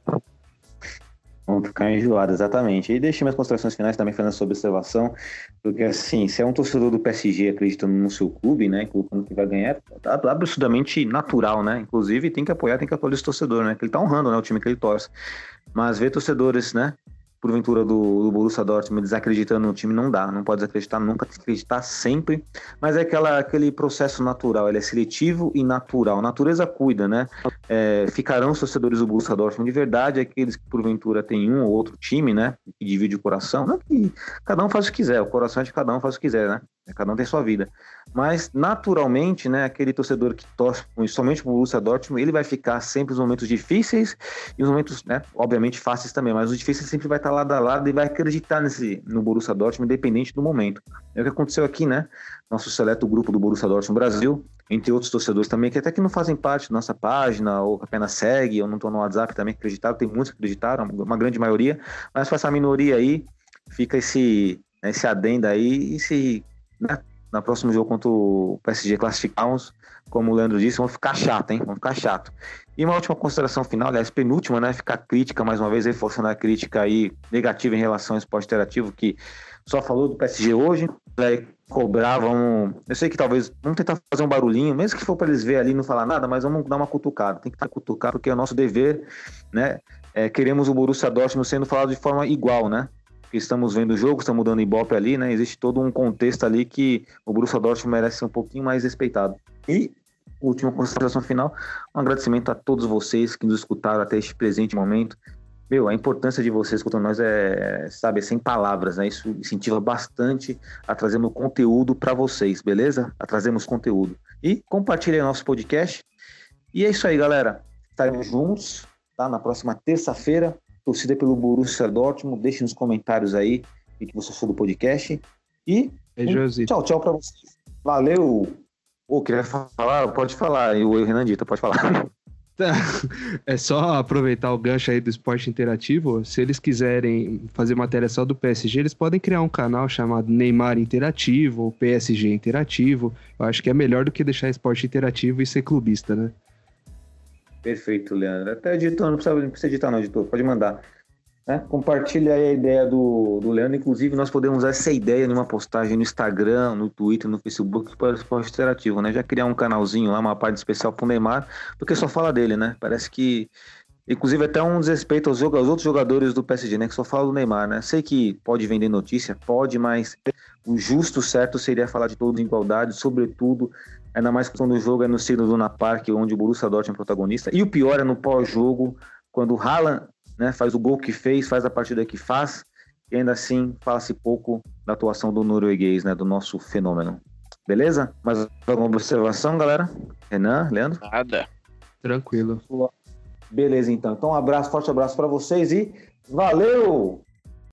Vamos ficar enjoados, exatamente. E deixei minhas considerações finais também fazendo essa observação, porque assim, se é um torcedor do PSG acreditando no seu clube, né, colocando que vai ganhar, tá absurdamente natural, né? Inclusive tem que apoiar esse torcedor, né? Que ele tá honrando, né, o time que ele torce. Mas ver torcedores, né, porventura do Borussia Dortmund desacreditando no time não dá, não pode desacreditar nunca, tem que acreditar sempre, mas é aquele processo natural, ele é seletivo e natural, a natureza cuida, né? Ficarão os torcedores do Borussia Dortmund de verdade, aqueles que porventura tem um ou outro time, né, que divide o coração, não que cada um faz o que quiser, o coração é de cada um, faz o que quiser, né? Cada um tem sua vida, mas naturalmente, né, aquele torcedor que torce somente o Borussia Dortmund, ele vai ficar sempre nos momentos difíceis e os momentos, né, obviamente fáceis também, mas os difíceis sempre vai estar lado a lado e vai acreditar no Borussia Dortmund, independente do momento. É o que aconteceu aqui, né, nosso seleto grupo do Borussia Dortmund Brasil, entre outros torcedores também, que até que não fazem parte da nossa página, ou apenas segue, ou não estão no WhatsApp também, que acreditaram, tem muitos que acreditaram, uma grande maioria, mas para essa minoria aí, fica esse adendo aí, e na próximo jogo contra o PSG classificarmos, como o Leandro disse, vamos ficar chato, hein? Vamos ficar chato. E uma última consideração final, aliás, penúltima, né? Ficar crítica, mais uma vez, reforçando a crítica aí negativa em relação ao esporte interativo, que só falou do PSG hoje, vai cobrar, eu sei que talvez, vamos tentar fazer um barulhinho, mesmo que for para eles verem ali e não falar nada, mas vamos dar uma cutucada, tem que estar cutucado, porque é o nosso dever, né? Queremos o Borussia Dortmund sendo falado de forma igual, né? Estamos vendo o jogo, estamos dando ibope ali, né? Existe todo um contexto ali que o Borussia Dortmund merece ser um pouquinho mais respeitado. E, última consideração final, um agradecimento a todos vocês que nos escutaram até este presente momento. A importância de vocês escutando nós é sem palavras, né? Isso incentiva bastante a trazermos conteúdo para vocês, beleza? A trazermos conteúdo. E compartilhem nosso podcast. E é isso aí, galera. Estaremos juntos, tá? Na próxima terça-feira. Torcida pelo Borussia Dortmund, deixe nos comentários aí o que você achou do podcast. E tchau para vocês. Valeu! Queria falar? Pode falar. E o Renan Dita, pode falar. É só aproveitar o gancho aí do esporte interativo. Se eles quiserem fazer matéria só do PSG, eles podem criar um canal chamado Neymar Interativo ou PSG Interativo. Eu acho que é melhor do que deixar esporte interativo e ser clubista, né? Perfeito, Leandro. Até editor, não precisa editar não, editor, pode mandar. Né? Compartilha aí a ideia do Leandro, inclusive nós podemos usar essa ideia numa postagem no Instagram, no Twitter, no Facebook para o esporte interativo, né? Já criar um canalzinho lá, uma parte especial pro Neymar, porque só fala dele, né? Parece que Inclusive até um desrespeito aos outros jogadores do PSG, né? Que só fala do Neymar, né? Sei que pode vender notícia, pode, mas o justo, certo, seria falar de todos em igualdade, sobretudo, ainda mais quando o jogo é no Signal Iduna Park, onde o Borussia Dortmund é protagonista. E o pior é no pós-jogo, quando o Haaland, né, faz o gol que fez, faz a partida que faz, e ainda assim fala-se pouco da atuação do norueguês, né? Do nosso fenômeno. Beleza? Mais alguma observação, galera? Renan, Leandro? Nada. Tranquilo. Beleza, então. Então, um abraço, forte abraço para vocês e valeu!